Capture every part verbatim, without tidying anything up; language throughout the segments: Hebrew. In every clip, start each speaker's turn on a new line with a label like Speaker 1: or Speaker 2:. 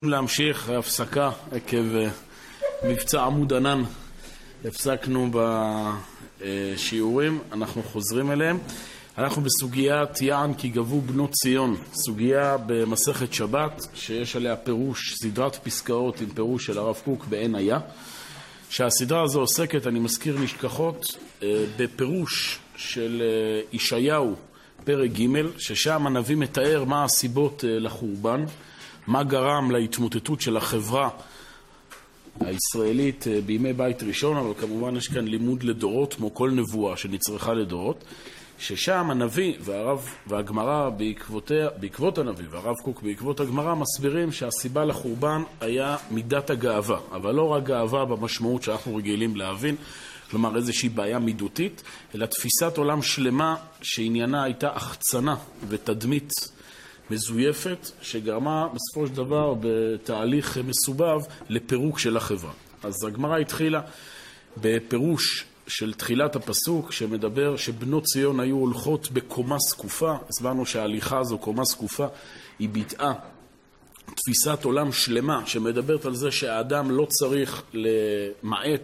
Speaker 1: להמשיך הפסקה עקב מבצע עמוד ענן. הפסקנו בשיעורים, אנחנו חוזרים אליהם. אנחנו בסוגיית יען כי גבו בנות ציון, סוגיה במסכת שבת שיש עליה פירוש, סדרת פסקאות עם פירוש של הרב קוק בעין היה, שהסדרה הזו עוסקת, אני מזכיר נשכחות, בפירוש של ישעיהו פרק ג', ששם הנביא מתאר מה הסיבות לחורבן, מה גרם להתמוטטות של החברה הישראלית בימי בית ראשון, אבל כמובן יש כאן לימוד לדורות, כמו כל נבואה שנצרכה לדורות, ששם הנביא והרב והגמרא בעקבותיה, בעקבות הנביא והרב קוק בעקבות הגמרא מסבירים שהסיבה לחורבן היה מידת הגאווה, אבל לא רק גאווה במשמעות שאנחנו רגילים להבין, כלומר איזושהי בעיה מידותית, אלא תפיסת עולם שלמה שעניינה הייתה החצנה ותדמית מזויפת, שגרמה בסופו של דבר בתהליך מסובב לפירוק של החברה. אז הגמרא התחילה בפירוש של תחילת הפסוק, שמדבר שבנות ציון היו הולכות בקומה סקופה. הסברנו שההליכה הזו, קומה סקופה, היא ביטאה תפיסת עולם שלמה, שמדברת על זה שהאדם לא צריך למעט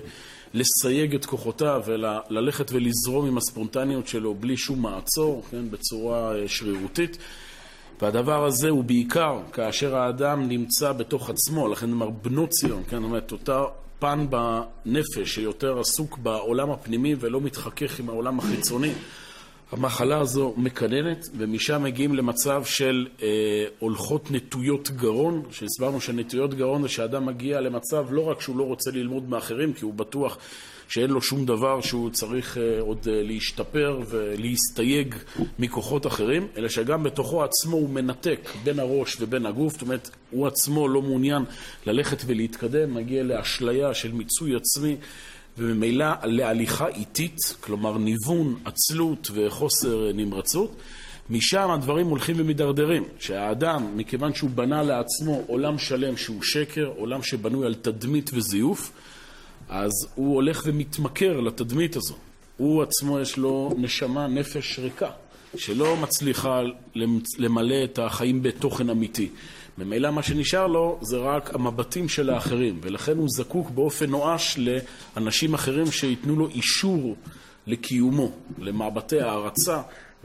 Speaker 1: ולסייג את כוחותיו, וללכת ולזרום עם הספונטניות שלו בלי שום מעצור, כן, בצורה שרירותית. והדבר הזה הוא בעיקר כאשר האדם נמצא בתוך עצמו, לכן נאמר בנות ציון, כן, זאת אומרת, אותה פן בנפש שיותר עסוק בעולם הפנימי ולא מתחכך עם העולם החיצוני. המחלה הזו מקננת, ומשם מגיעים למצב של אה, הולכות נטויות גרון, שהסברנו שנטויות גרון זה שאדם מגיע למצב לא רק שהוא לא רוצה ללמוד מאחרים, כי הוא בטוח שאין לו שום דבר שהוא צריך אה, עוד אה, להשתפר ולהסתייג מכוחות אחרים, אלא שגם בתוכו עצמו הוא מנתק בין הראש ובין הגוף, זאת אומרת, הוא עצמו לא מעוניין ללכת ולהתקדם, מגיע לאשליה של מיצוי עצמי, וממילא להליכה איטית, כלומר ניוון, עצלות וחוסר נמרצות. משם הדברים הולכים ומדרדרים, שהאדם, מכיוון שהוא בנה לעצמו עולם שלם שהוא שקר, עולם שבנוי על תדמית וזיוף, אז הוא הולך ומתמכר לתדמית הזו. הוא עצמו יש לו נשמה, נפש ריקה, שלא מצליחה למלא את החיים בתוכן אמיתי. ממילא מה שנשאר לו זה רק המבטים של האחרים, ולכן הוא זקוק באופן נואש לאנשים אחרים שיתנו לו אישור לקיומו, למבטי הערצה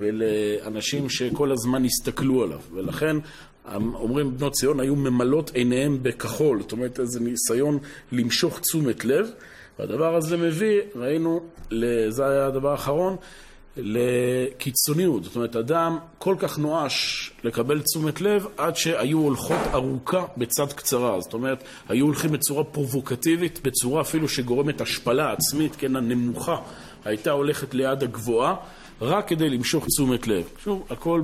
Speaker 1: ולאנשים שכל הזמן יסתכלו עליו. ולכן אומרים בנות ציון היו ממלאות עיניהם בכחול, זאת אומרת איזה ניסיון למשוך תשומת לב, והדבר הזה מביא, ראינו, זה היה הדבר האחרון, לקיצוניות. זאת אומרת, אדם כל כך נואש לקבל תשומת לב עד שהיו הולכות ארוכה בצד קצרה. זאת אומרת, היו הולכים בצורה פרובוקטיבית, בצורה אפילו שגורמת השפלה עצמית, כן, הנמוכה הייתה הולכת ליד הגבוהה, רק כדי למשוך תשומת לב. שוב, הכל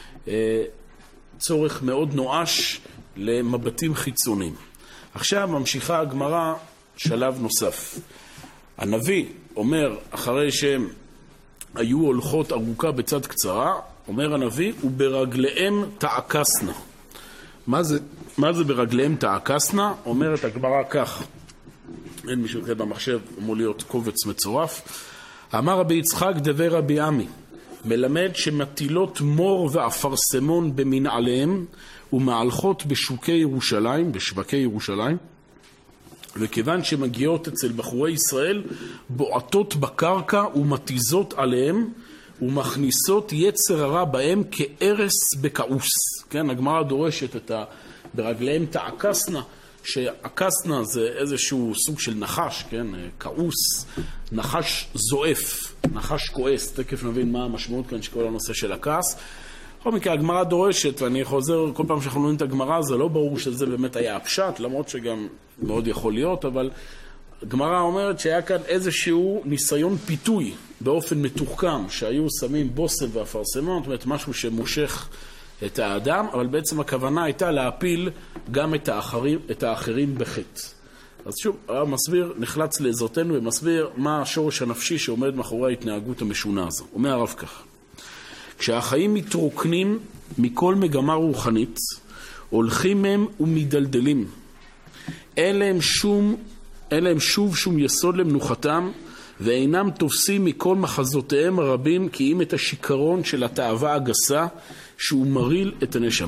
Speaker 1: בצורך מאוד נואש למבטים חיצוניים. עכשיו ממשיכה הגמרא שלב נוסף. הנביא אומר, אחרי שהם היו הולכות ארוכה בצד קצרה, אומר הנביא, וברגליהם תעקסנה. מה זה, מה זה ברגליהם תעקסנה? אומרת הגמרא כך, אין מישהו כאן במחשב, אמור להיות קובץ מצורף. אמר רבי יצחק דבי רבי עמי, מלמד שמטילות מור ואפרסמון במנעליהם, ומהלכות בשוקי ירושלים, בשווקי ירושלים, וכיוון שמגיעות אצל בחורי ישראל, בועטות בקרקע ומתיזות עליהם, ומכניסות יצר הרע בהם כארס בקעוס. כן, הגמרא דורשת את ה... ברגליהם תעקסנה, שעקסנה זה איזשהו סוג של נחש, כן, קעוס, נחש זועף, נחש כועס, תכף נבין מה המשמעות כאן שכל הנושא של הכעס. בכל מקרה, הגמרא דורשת, ואני חוזר כל פעם שאנחנו לומדים את הגמרא, זה לא ברור שזה באמת היה הפשט, למרות שגם מאוד יכול להיות, אבל הגמרא אומרת שהיה כאן איזשהו ניסיון פיתוי באופן מתוחכם, שהיו שמים בושם ואפרסמון, זאת אומרת משהו שמושך את האדם, אבל בעצם הכוונה הייתה להפיל גם את האחרים, את האחרים בחטא. אז שוב, הרב מסביר, נחלץ לעזרתנו ומסביר מה השורש הנפשי שעומד מאחורי ההתנהגות המשונה הזו. אומר הרב כך, כשהחיים מתרוקנים מכל מגמה רוחנית, הולכים הם ומדלדלים. אין להם שום, אין להם שוב שום יסוד למנוחתם, ואינם תופסים מכל מחזותיהם הרבים, כי אם את השיקרון של התאווה הגסה, שהוא מריל את הנשמה.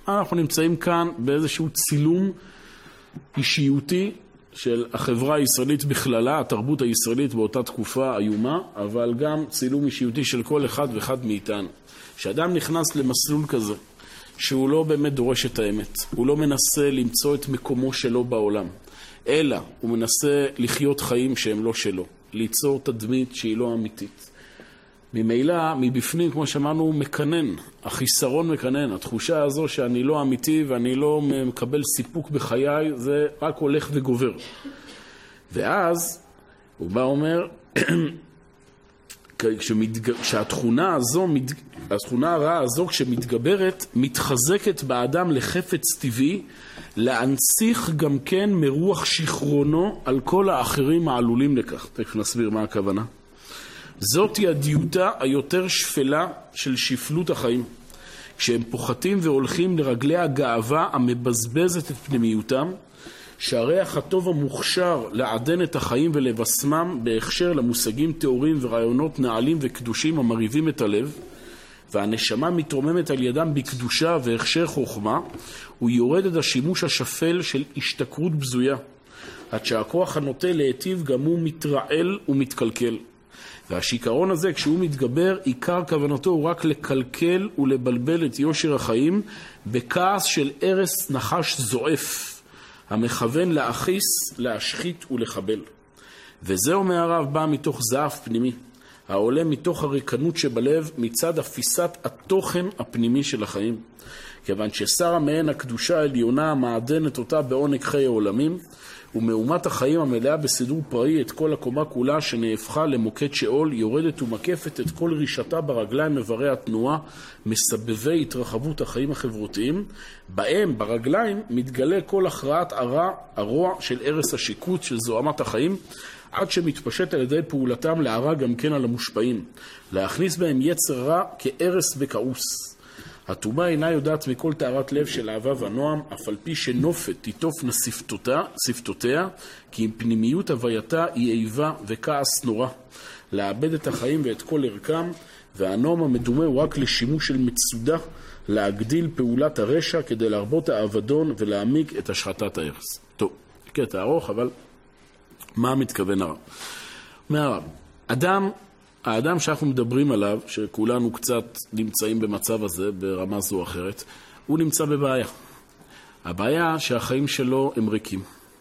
Speaker 1: אנחנו נמצאים כאן באיזשהו צילום אישיותי של החברה הישראלית בכללה, התרבות הישראלית באותה תקופה איומה, אבל גם צילום אישיותי של כל אחד ואחד מאיתנו. כשאדם נכנס למסלול כזה, שהוא לא באמת דורש את האמת, הוא לא מנסה למצוא את מקומו שלו בעולם, אלא הוא מנסה לחיות חיים שהם לא שלו, ליצור תדמית שהיא לא אמיתית. ממילא, מבפנים, כמו שאמרנו, הוא מקנן, החיסרון מקנן, התחושה הזו שאני לא אמיתי ואני לא מקבל סיפוק בחיי, זה רק הולך וגובר. ואז הוא בא אומר, כשהתכונה הזו, התכונה הרעה הזו, כשמתגברת, מתחזקת באדם לחפץ טבעי, להנציח גם כן מרוח שכרונו על כל האחרים העלולים לכך. תכף נסביר מה הכוונה. זאת היא הדיוטה היותר שפלה של שפלות החיים. כשהם פוחתים והולכים לרגלי הגאווה המבזבזת את פנימיותם, שהריח הטוב המוכשר לעדן את החיים ולבסמם בהכשר למושגים תיאורים ורעיונות נעלים וקדושים המריבים את הלב, והנשמה מתרוממת על ידם בקדושה והכשר חוכמה, הוא יורד את השימוש השפל של השתכרות בזויה, עד שהכוח הנוטה להיטיב גם הוא מתרעל ומתקלקל. והשיקרון הזה, כשהוא מתגבר, עיקר כוונתו הוא רק לקלקל ולבלבל את יושר החיים בכעס של ערס נחש זועף, המכוון להכיס, להשחית ולחבל. וזהו מהרב בא מתוך זעף פנימי, העולה מתוך הריקנות שבלב מצד אפיסת התוכן הפנימי של החיים. כיוון ששרה מהן הקדושה העליונה מעדנת אותה בעונג חיי העולמים, ומאומת החיים המלאה בסידור פראי את כל הקומה כולה שנהפכה למוקד שאול, יורדת ומקפת את כל רישתה ברגליים מברי התנועה, מסבבי התרחבות החיים החברותיים, בהם ברגליים מתגלה כל הכרעת הרע, הרוע של ערס השיקוט של זוהמת החיים, עד שמתפשט על ידי פעולתם להרע גם כן על המושפעים, להכניס בהם יצר רע כערס וכעוס. הטומאה אינה יודעת מכל טהרת לב של אהבה ונועם, אף על פי שנופת תיטופנה שפתותיה, כי עם פנימיות הווייתה היא איבה וכעס נורא, לאבד את החיים ואת כל ערכם, והנועם המדומה הוא רק לשימוש של מצודה, להגדיל פעולת הרשע כדי להרבות האבדון ולהעמיק את השחטת הערס. טוב, קטע ארוך, אבל מה מתכוון הרב? מהרב, אדם, האדם שאנחנו מדברים עליו, שכולנו קצת נמצאים במצב הזה, ברמה זו או אחרת, הוא נמצא בבעיה. הבעיה שהחיים שלו הם ריקים,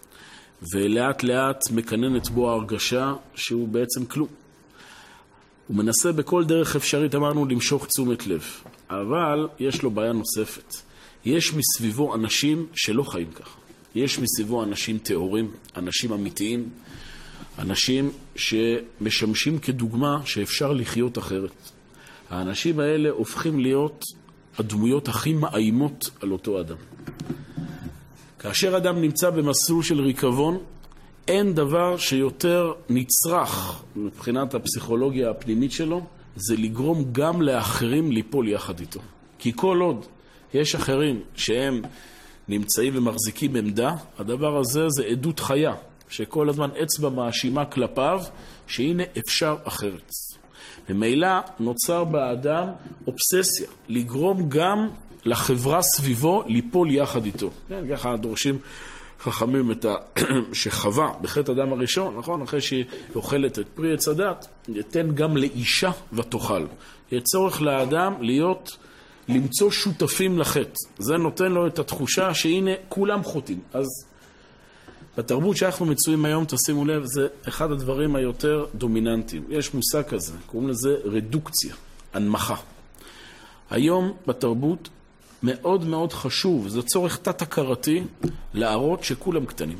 Speaker 1: ולאט לאט מקננת בו ההרגשה שהוא בעצם כלום. הוא מנסה בכל דרך אפשרית, אמרנו, למשוך תשומת לב. אבל יש לו בעיה נוספת. יש מסביבו אנשים שלא חיים ככה. יש מסביבו אנשים טהורים, אנשים אמיתיים, אנשים שמשמשים כדוגמה שאפשר לחיות אחרת. האנשים האלה הופכים להיות הדמויות הכי מאיימות על אותו אדם. כאשר אדם נמצא במסלול של ריקבון, אין דבר שיותר נצרך מבחינת הפסיכולוגיה הפנימית שלו, זה לגרום גם לאחרים ליפול יחד איתו. כי כל עוד יש אחרים שהם נמצאים ומחזיקים עמדה, הדבר הזה זה עדות חיה, שכל הזמן אצבע מאשימה כלפיו, שהנה אפשר אחרת. ממילא נוצר באדם אובססיה, לגרום גם לחברה סביבו ליפול יחד איתו. כן, ככה דורשים חכמים את ה... שחווה בחטא אדם הראשון, נכון? אחרי שהיא אוכלת את פרי עץ הדת, ייתן גם לאישה ותאכל. יהיה צורך לאדם להיות, למצוא שותפים לחטא. זה נותן לו את התחושה שהנה כולם חוטאים. אז בתרבות שאנחנו מצויים היום, תשימו לב, זה אחד הדברים היותר דומיננטיים. יש מושג כזה, קוראים לזה רדוקציה, הנמכה. היום בתרבות מאוד מאוד חשוב, זה צורך תת-הכרתי, להראות שכולם קטנים.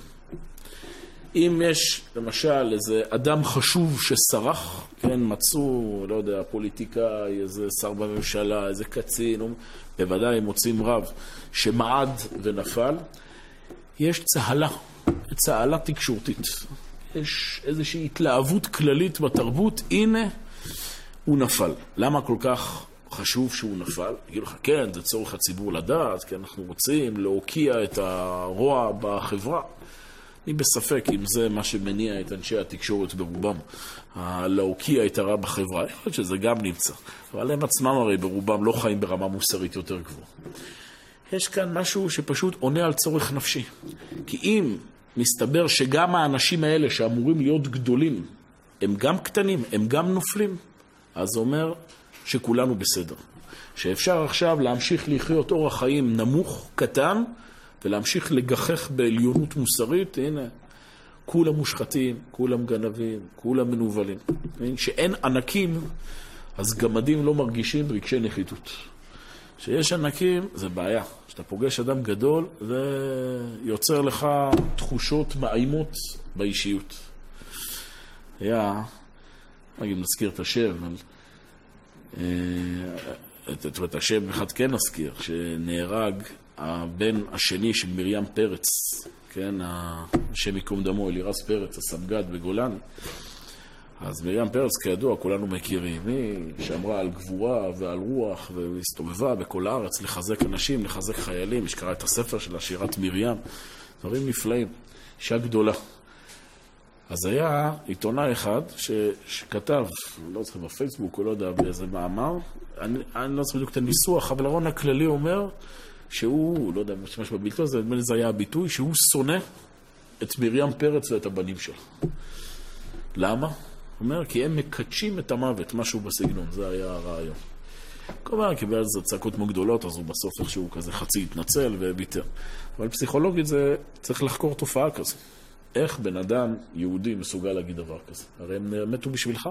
Speaker 1: אם יש, למשל, איזה אדם חשוב ששרח, כן, מצאו, לא יודע, פוליטיקאי, איזה שר בממשלה, איזה קצין, בוודאי מוצאים רב, שמעד ונפל, יש צהלה, צהלה תקשורתית. יש איזושהי התלהבות כללית בתרבות, הנה, הוא נפל. למה כל כך חשוב שהוא נפל? יגידו לך, כן, זה צורך הציבור לדעת, כי אנחנו רוצים להוקיע את הרוע בחברה. אני בספק אם זה מה שמניע את אנשי התקשורת ברובם, להוקיע את הרע בחברה. יכול להיות שזה גם נמצא, אבל הם עצמם הרי ברובם לא חיים ברמה מוסרית יותר גבוהה. יש כאן משהו שפשוט עונה על צורך נפשי. כי אם מסתבר שגם האנשים האלה שאמורים להיות גדולים, הם גם קטנים, הם גם נופלים, אז זה אומר שכולנו בסדר. שאפשר עכשיו להמשיך לחיות אורח חיים נמוך, קטן, ולהמשיך לגחך בעליונות מוסרית. הנה, כולם מושחתים, כולם גנבים, כולם מנובלים. שאין ענקים, אז גמדים לא מרגישים רגשי נחיתות. שיש ענקים, זה בעיה. כשאתה פוגש אדם גדול, זה יוצר לך תחושות מאיימות באישיות. היה, נגיד, נזכיר את השם, את השם אחד כן נזכיר, שנהרג הבן השני של מרים פרץ, כן, השם יקום דמו, אלירז פרץ, הסמג"ד בגולן. אז מרים פרץ, כידוע, כולנו מכירים, היא שאמרה על גבורה ועל רוח, והסתובבה בכל הארץ לחזק אנשים, לחזק חיילים, שקרא את הספר של שירת מרים, דברים נפלאים, אישה גדולה. אז היה עיתונאי אחד ש... שכתב, לא צריך בפייסבוק, הוא לא יודע באיזה מאמר, אני, אני לא צריך בדיוק את הניסוח, אבל הרעיון הכללי אומר שהוא, לא יודע, משתמש בביטוי הזה, נדמה לי זה היה הביטוי, שהוא שונא את מרים פרץ ואת הבנים שלה. למה? הוא אומר, כי הם מקדשים את המוות, משהו בסגנון, זה היה הרעיון. כמובן, קיבל על זה צעקות מגדולות, אז הוא בסוף איכשהו כזה חצי התנצל וביטר. אבל פסיכולוגית זה צריך לחקור תופעה כזו. איך בן אדם יהודי מסוגל להגיד דבר כזה? הרי הם מתו בשבילך,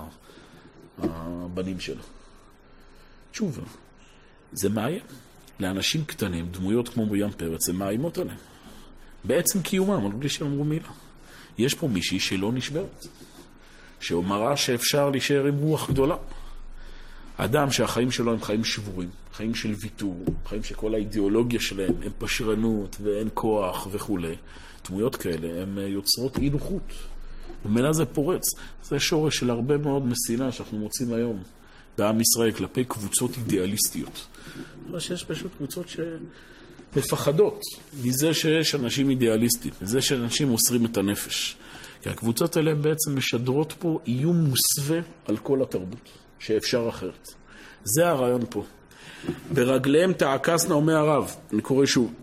Speaker 1: הבנים שלו. תשובה, זה מאיים. לאנשים קטנים, דמויות כמו מרים פרץ, זה מאיימות עליהם. בעצם קיומם, אבל בלי שהם אמרו מילה. יש פה מישהי שלא נשברת. שאומרה שאפשר להישאר עם רוח גדולה. אדם שהחיים שלו הם חיים שבורים, חיים של ויתור, חיים שכל האידיאולוגיה שלהם הם פשרנות ואין כוח וכו'. דמויות כאלה הן יוצרות אי נוחות. ומנה זה פורץ. זה שורש של הרבה מאוד מסינה שאנחנו מוצאים היום בעם ישראל כלפי קבוצות אידיאליסטיות. אבל שיש פשוט קבוצות שמפחדות מזה שיש אנשים אידיאליסטים, מזה שאנשים מוסרים את הנפש. כי הקבוצות האלה בעצם משדרות פה איום מוסווה על כל התרבות, שאפשר אחרת. זה הרעיון פה. ברגליהם תעקסנה, אומר הרב, אני קורא שוב,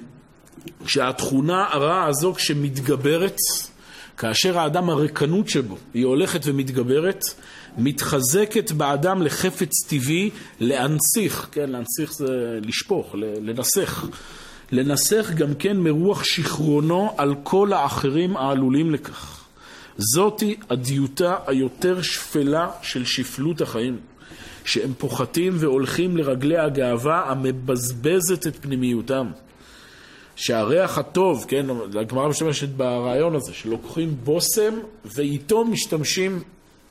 Speaker 1: שהתכונה הרעה הזו כשמתגברת, כאשר האדם הרקנות שבו היא הולכת ומתגברת, מתחזקת באדם לחפץ טבעי להנציח, כן, להנציח זה לשפוך, לנסח, לנסח גם כן מרוח שכרונו על כל האחרים העלולים לכך. זאתי הדיוטה היותר שפלה של שפלות החיים, שהם פוחתים והולכים לרגלי הגאווה המבזבזת את פנימיותם. שהריח הטוב, כן, הגמרא משתמשת ברעיון הזה, שלוקחים בוסם ואיתו משתמשים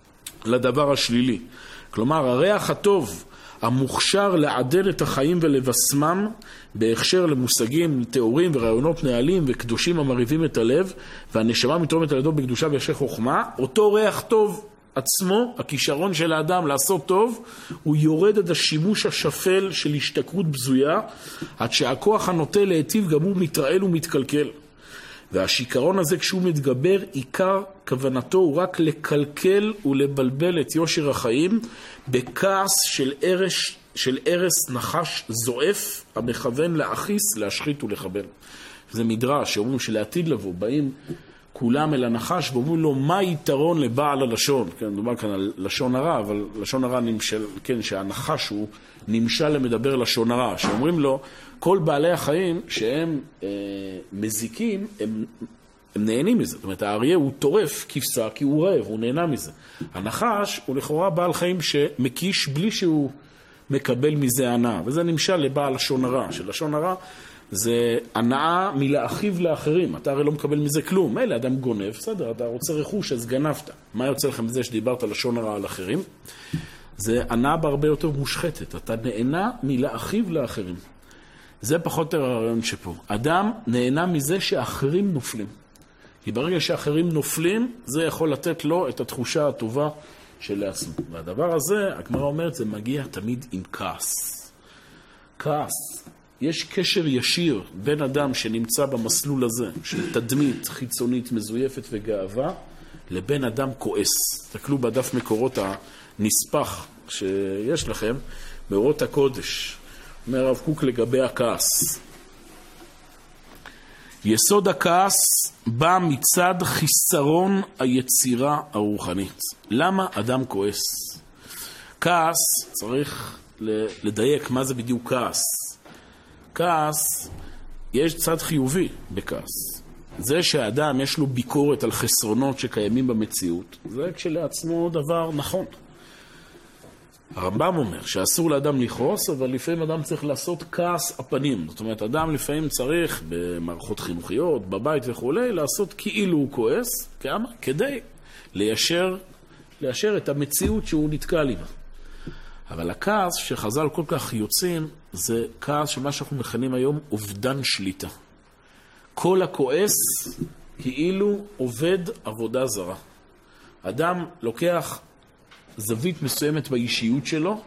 Speaker 1: לדבר השלילי. כלומר, הריח הטוב המוכשר לעדן את החיים ולבסמם בהכשר למושגים, תיאורים ורעיונות נעלים וקדושים המריבים את הלב, והנשמה מתרוממת על ידו בקדושה וישרי חוכמה, אותו ריח טוב עצמו, הכישרון של האדם לעשות טוב, הוא יורד עד השימוש השפל של השתכרות בזויה, עד שהכוח הנוטה להיטיב גם הוא מתרעל ומתקלקל. והשיקרון הזה כשהוא מתגבר, עיקר כוונתו הוא רק לקלקל ולבלבל את יושר החיים, בכעס של ערש, של ערס נחש זועף, המכוון להכיס, להשחית ולחבל. זה מדרש שאומרים שלעתיד לבוא, באים כולם אל הנחש ואומרים לו, מה יתרון לבעל הלשון? כן, מדובר כאן על לשון הרע, אבל לשון הרע נמשל, כן, שהנחש הוא נמשל למדבר לשון הרע, שאומרים לו, כל בעלי החיים שהם אה, מזיקים, הם, הם נהנים מזה. זאת אומרת, האריה הוא טורף כבשה כי הוא רעב, הוא נהנה מזה. הנחש הוא לכאורה בעל חיים שמקיש בלי שהוא מקבל מזה הנאה, וזה נמשל לבעל לשון הרע, שלשון הרע זה הנאה מלהאכיב לאחרים. אתה הרי לא מקבל מזה כלום. מילא, אדם גונב, בסדר, אתה רוצה רכוש, אז גנבת. מה יוצא לכם בזה שדיברת לשון הרע על אחרים? זה הנאה בהרבה יותר מושחתת. אתה נהנה מלהאכיב לאחרים. זה פחות או הרעיון שפה. אדם נהנה מזה שאחרים נופלים. כי ברגע שאחרים נופלים, זה יכול לתת לו את התחושה הטובה של לעצמו. והדבר הזה, הגמרא אומרת, זה מגיע תמיד עם כעס. כעס. יש קשר ישיר בין אדם שנמצא במסלול הזה, של תדמית חיצונית מזויפת וגאווה, לבין אדם כועס. תקלו בדף מקורות הנספח שיש לכם, מאורות הקודש. אומר הרב קוק לגבי הכעס. יסוד הכעס בא מצד חיסרון היצירה הרוחנית. למה אדם כועס? כעס, צריך לדייק מה זה בדיוק כעס. כעס, יש צד חיובי בכעס. זה שהאדם יש לו ביקורת על חסרונות שקיימים במציאות, זה כשלעצמו דבר נכון. הרמב"ם אומר שאסור לאדם לכעוס, אבל לפעמים אדם צריך לעשות כעס הפנים. זאת אומרת, אדם לפעמים צריך במערכות חינוכיות, בבית וכו', לעשות כאילו הוא כועס, כמה? כדי ליישר, ליישר את המציאות שהוא נתקע לי בה. אבל הכעס שחז"ל כל כך יוצאים, זה כעס שמה שאנחנו מכנים היום אובדן שליטה. כל הכועס כאילו עובד עבודה זרה. אדם לוקח זווית מסוימת באישיות שלו,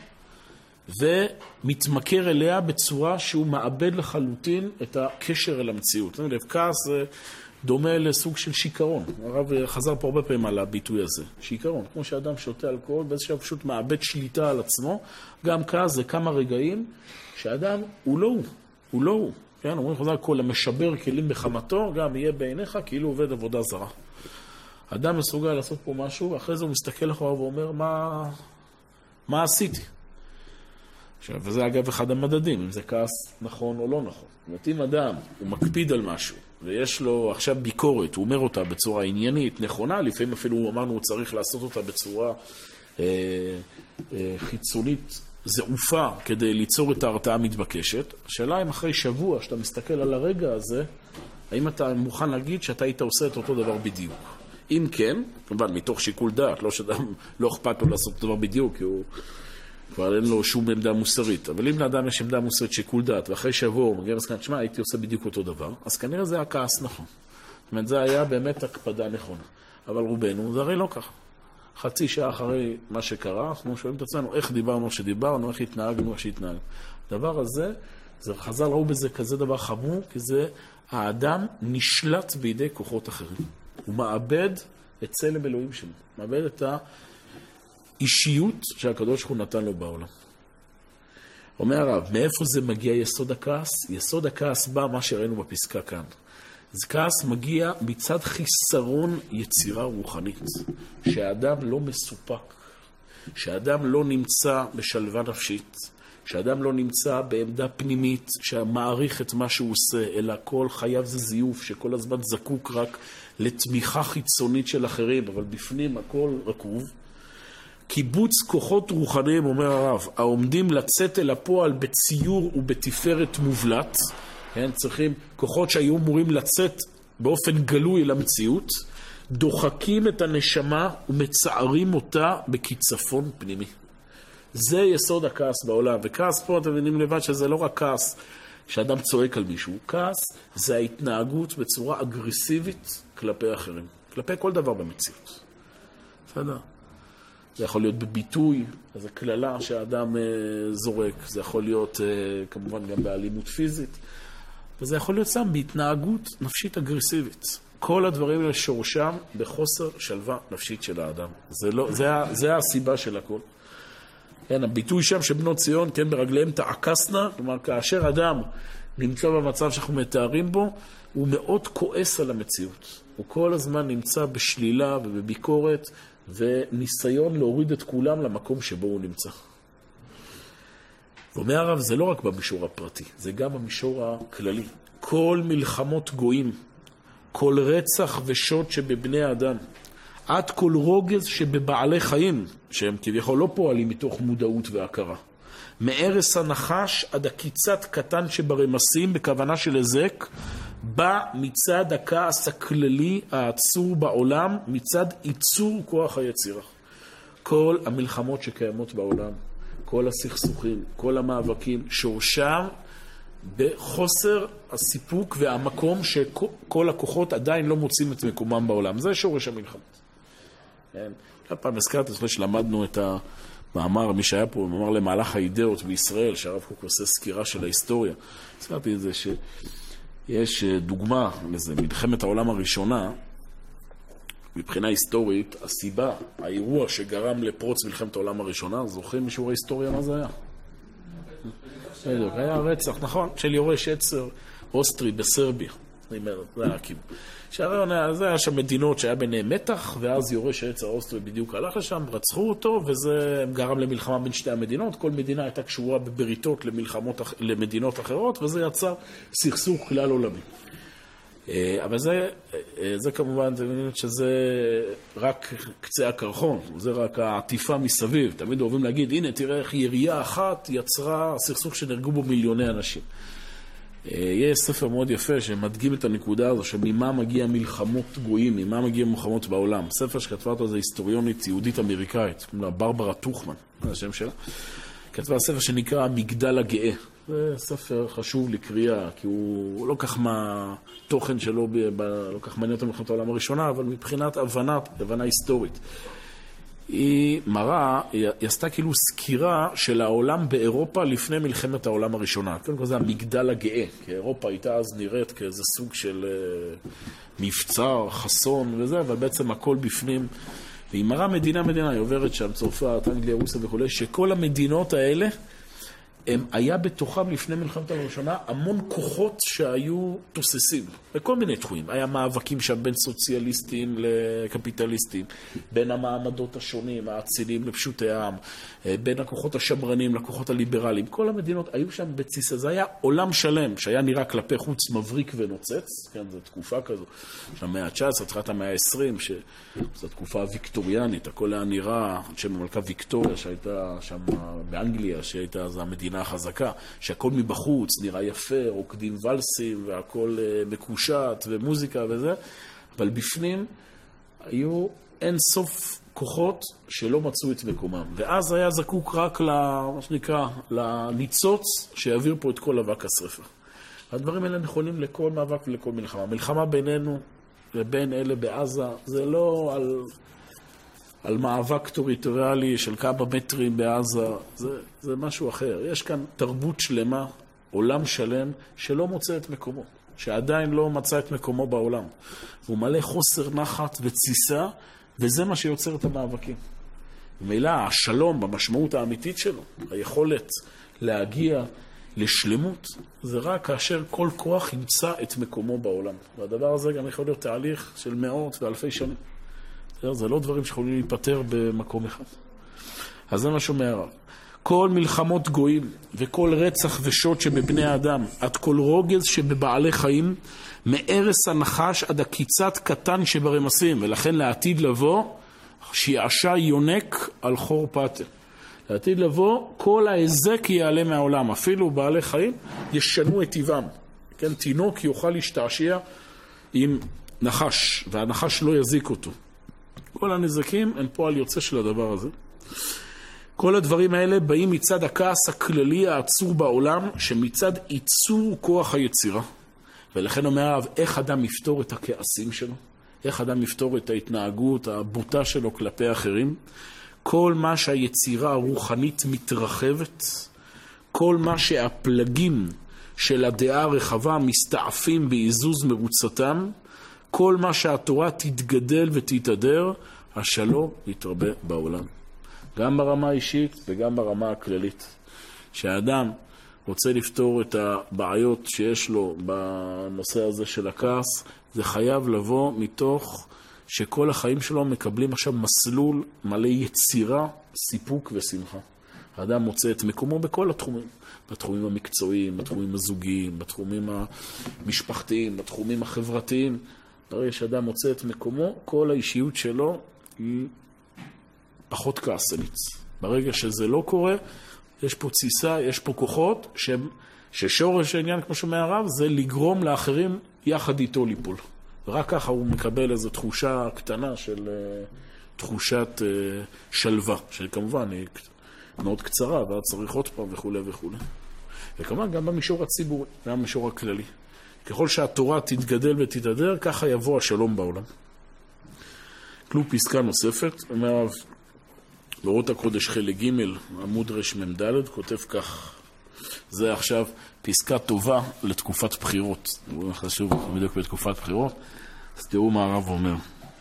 Speaker 1: ומתמכר אליה בצורה שהוא מאבד לחלוטין את הקשר אל המציאות. כעס זה דומה לסוג של שיקרון. הרב חזר פה הרבה פעמים על הביטוי הזה. שיקרון, כמו שאדם שותה אלכוהול, באיזשהו פשוט מאבד שליטה על עצמו. גם כעס זה כמה רגעים שאדם הוא לא הוא. הוא לא הוא. כן, אומרים חז"ל, כל המשבר כלים בחמתו, גם יהיה בעיניך כאילו עובד עבודה זרה. אדם מסוגל לעשות פה משהו, אחרי זה הוא מסתכל אחריו ואומר, מה, מה עשיתי? עכשיו, וזה אגב אחד המדדים, אם זה כעס נכון או לא נכון. זאת אומרת, אם אדם הוא מקפיד על משהו, ויש לו עכשיו ביקורת, הוא אומר אותה בצורה עניינית, נכונה, לפעמים אפילו אמרנו, הוא צריך לעשות אותה בצורה אה, אה, חיצונית, זעופה, כדי ליצור את ההרתעה המתבקשת. השאלה אם אחרי שבוע שאתה מסתכל על הרגע הזה, האם אתה מוכן להגיד שאתה היית עושה את אותו דבר בדיוק? אם כן, כמובן, מתוך שיקול דעת, לא שאדם לא אכפת לו לעשות את הדבר בדיוק, כי הוא כבר אין לו שום עמדה מוסרית. אבל אם לאדם יש עמדה מוסרית שיקול דעת, ואחרי שבוע הוא מגיע מסכן, תשמע, הייתי עושה בדיוק אותו דבר, אז כנראה זה היה כעס נכון. זאת אומרת, זה היה באמת הקפדה נכונה. אבל רובנו, זה הרי לא ככה. חצי שעה אחרי מה שקרה, אנחנו שואלים את עצמנו, איך דיברנו שדיברנו, איך התנהגנו, איך שהתנהגנו. הדבר הזה, זה חז"ל ראו בזה כזה דבר חמור, כי זה האדם נשלט בידי כוחות אחרים. הוא מאבד את צלם אלוהים שלו, מאבד את האישיות שהקדוש ברוך הוא נתן לו בעולם. אומר הרב, מאיפה זה מגיע יסוד הכעס? יסוד הכעס בא מה שראינו בפסקה כאן. זה כעס מגיע מצד חיסרון יצירה רוחנית, שהאדם לא מסופק, שהאדם לא נמצא בשלווה נפשית, שהאדם לא נמצא בעמדה פנימית שמעריך את מה שהוא עושה, אלא כל חייו זה זיוף, שכל הזמן זקוק רק לתמיכה חיצונית של אחרים, אבל בפנים הכל רקוב. קיבוץ כוחות רוחניים, אומר הרב, העומדים לצאת אל הפועל בציור ובתפארת מובלט, כן, צריכים כוחות שהיו אמורים לצאת באופן גלוי אל המציאות, דוחקים את הנשמה ומצערים אותה בקיצפון פנימי. זה יסוד הכעס בעולם, וכעס פה אתם מבינים לבד שזה לא רק כעס שאדם צועק על מישהו, כעס זה ההתנהגות בצורה אגרסיבית כלפי אחרים, כלפי כל דבר במציאות. בסדר? זה יכול להיות בביטוי, זה כללה שהאדם זורק, זה יכול להיות כמובן גם באלימות פיזית, וזה יכול להיות שם בהתנהגות נפשית אגרסיבית. כל הדברים האלה שורשם בחוסר שלווה נפשית של האדם. זה, לא, זה, זה הסיבה של הכל. כן, הביטוי שם שבנות ציון, כן, ברגליהם תעקסנה, כלומר, כאשר אדם נמצא במצב שאנחנו מתארים בו, הוא מאוד כועס על המציאות. הוא כל הזמן נמצא בשלילה ובביקורת, וניסיון להוריד את כולם למקום שבו הוא נמצא. ואומר הרב, זה לא רק במישור הפרטי, זה גם במישור הכללי. כל מלחמות גויים, כל רצח ושוד שבבני האדם, עד כל רוגז שבבעלי חיים, שהם כביכול לא פועלים מתוך מודעות והכרה. מערס הנחש עד הקיצת קטן שברמסים בכוונה של הזק, בא מצד הכעס הכללי העצור בעולם, מצד ייצור כוח היצירה. כל המלחמות שקיימות בעולם, כל הסכסוכים, כל המאבקים, שורשם בחוסר הסיפוק והמקום שכל הכוחות עדיין לא מוצאים את מקומם בעולם. זה שורש המלחמות. כן. פעם הזכרתי, לפני שלמדנו את המאמר, מי שהיה פה, מאמר למהלך האידאות בישראל, שהרב קוק עושה סקירה של ההיסטוריה. הזכרתי את זה שיש דוגמה לזה, מלחמת העולם הראשונה, מבחינה היסטורית, הסיבה, האירוע שגרם לפרוץ מלחמת העולם הראשונה, זוכרים משיעור ההיסטוריה מה זה היה? בדיוק, היה רצח, נכון, של יורש עצר אוסטרי בסרביה. אני אומר, זה היה כאילו. שהרעיון היה, זה היה שם מדינות שהיה ביניהם מתח, ואז יורש העצר האוסטרי בדיוק הלך לשם, רצחו אותו, וזה גרם למלחמה בין שתי המדינות. כל מדינה הייתה קשורה בבריתות למלחמות, למדינות אחרות, וזה יצר סכסוך כלל עולמי. אבל זה, זה כמובן, זה מבינים שזה רק קצה הקרחון, זה רק העטיפה מסביב. תמיד אוהבים להגיד, הנה, תראה איך ירייה אחת יצרה סכסוך שנהרגו בו מיליוני אנשים. יש ספר מאוד יפה שמדגים את הנקודה הזו, שממה מגיע מלחמות גויים, ממה מגיע מלחמות בעולם. ספר שכתבה אותו זה היסטוריונית יהודית אמריקאית, קוראים לה ברברה טוכמן, זה השם שלה. כתבה ספר שנקרא המגדל הגאה. זה ספר חשוב לקריאה, כי הוא לא כך מה תוכן שלו, ב, לא כך מעניין אותו מלחמת העולם הראשונה, אבל מבחינת הבנה, הבנה היסטורית. היא מראה, היא עשתה כאילו סקירה של העולם באירופה לפני מלחמת העולם הראשונה. קודם כל זה המגדל הגאה, כי אירופה הייתה אז נראית כאיזה סוג של uh, מבצר, חסון וזה, אבל בעצם הכל בפנים. והיא מראה מדינה מדינה, היא עוברת שם, צרפת, אנגליה, רוסיה וכו', שכל המדינות האלה, הם היה בתוכם לפני מלחמת הראשונה המון כוחות שהיו תוססים, בכל מיני תחומים. היה מאבקים שם בין סוציאליסטים לקפיטליסטים, בין המעמדות השונים, האצילים לפשוטי העם, בין הכוחות השמרנים לכוחות הליברליים. כל המדינות היו שם בציסה, זה היה עולם שלם שהיה נראה כלפי חוץ מבריק ונוצץ, כן, זו תקופה כזו, של המאה ה-תשע עשרה, תחילת המאה ה-עשרים, שזו תקופה הוויקטוריאנית, הכל היה נראה, שם המלכה ויקטוריה שהייתה שם באנגליה, שהייתה אז המדינה החזקה, שהכל מבחוץ נראה יפה, רוקדים ולסים והכל מקושט ומוזיקה וזה, אבל בפנים היו אין סוף כוחות שלא מצאו את מקומם. ואז היה זקוק רק למה שנקרא, לניצוץ שיעביר פה את כל אבק השרפה. הדברים האלה נכונים לכל מאבק ולכל מלחמה. מלחמה בינינו לבין אלה בעזה, זה לא על, על מאבק טריטוריאלי של כמה מטרים בעזה, זה, זה משהו אחר. יש כאן תרבות שלמה, עולם שלם, שלא מוצא את מקומו, שעדיין לא מצא את מקומו בעולם. הוא מלא חוסר נחת וציסה, וזה מה שיוצר את המאבקים. ומילא, השלום במשמעות האמיתית שלו, היכולת להגיע לשלמות, זה רק כאשר כל כוח ימצא את מקומו בעולם. והדבר הזה גם יכול להיות תהליך של מאות ואלפי שנים. זה לא דברים שיכולים להיפטר במקום אחד. אז זה מה שאומר הרב. כל מלחמות גויים וכל רצח ושוד שבבני האדם, עד כל רוגז שבבעלי חיים, מארס הנחש עד הקיצת קטן שברמסים, ולכן לעתיד לבוא, שיעשה יונק על חור פטר. לעתיד לבוא, כל ההזק יעלה מהעולם, אפילו בעלי חיים ישנו את טבעם. כן, תינוק יוכל להשתעשע עם נחש, והנחש לא יזיק אותו. כל הנזקים הם פועל יוצא של הדבר הזה. כל הדברים האלה באים מצד הכעס הכללי העצור בעולם, שמצד ייצור כוח היצירה. ולכן אומר הרב, איך אדם יפתור את הכעסים שלו? איך אדם יפתור את ההתנהגות, הבוטה שלו כלפי אחרים? כל מה שהיצירה הרוחנית מתרחבת, כל מה שהפלגים של הדעה הרחבה מסתעפים בעיזוז מרוצתם, כל מה שהתורה תתגדל ותתהדר, השלום יתרבה בעולם. גם ברמה האישית וגם ברמה הכללית. שהאדם רוצה לפתור את הבעיות שיש לו בנושא הזה של הכעס, זה חייב לבוא מתוך שכל החיים שלו מקבלים עכשיו מסלול מלא יצירה, סיפוק ושמחה. האדם מוצא את מקומו בכל התחומים. בתחומים המקצועיים, בתחומים הזוגיים, בתחומים המשפחתיים, בתחומים החברתיים. הרי שאדם מוצא את מקומו, כל האישיות שלו היא פחות כעסנית. ברגע שזה לא קורה, יש פה ציסה, יש פה כוחות, ש... ששורש העניין, כמו שאומר הרב, זה לגרום לאחרים יחד איתו ליפול. ורק ככה הוא מקבל איזו תחושה קטנה של תחושת שלווה, שכמובן היא מאוד קצרה, ואז צריך עוד פעם וכו' וכו'. וכמובן גם במישור הציבורי, גם במישור הכללי. ככל שהתורה תתגדל ותתהדר, ככה יבוא השלום בעולם. כלום פסקה נוספת, אומר באורות הקודש חלק ג' עמוד רש ממדלת, כותב כך, זה עכשיו פסקה טובה לתקופת בחירות. חשוב בדיוק בתקופת בחירות, אז תראו מה הרב אומר.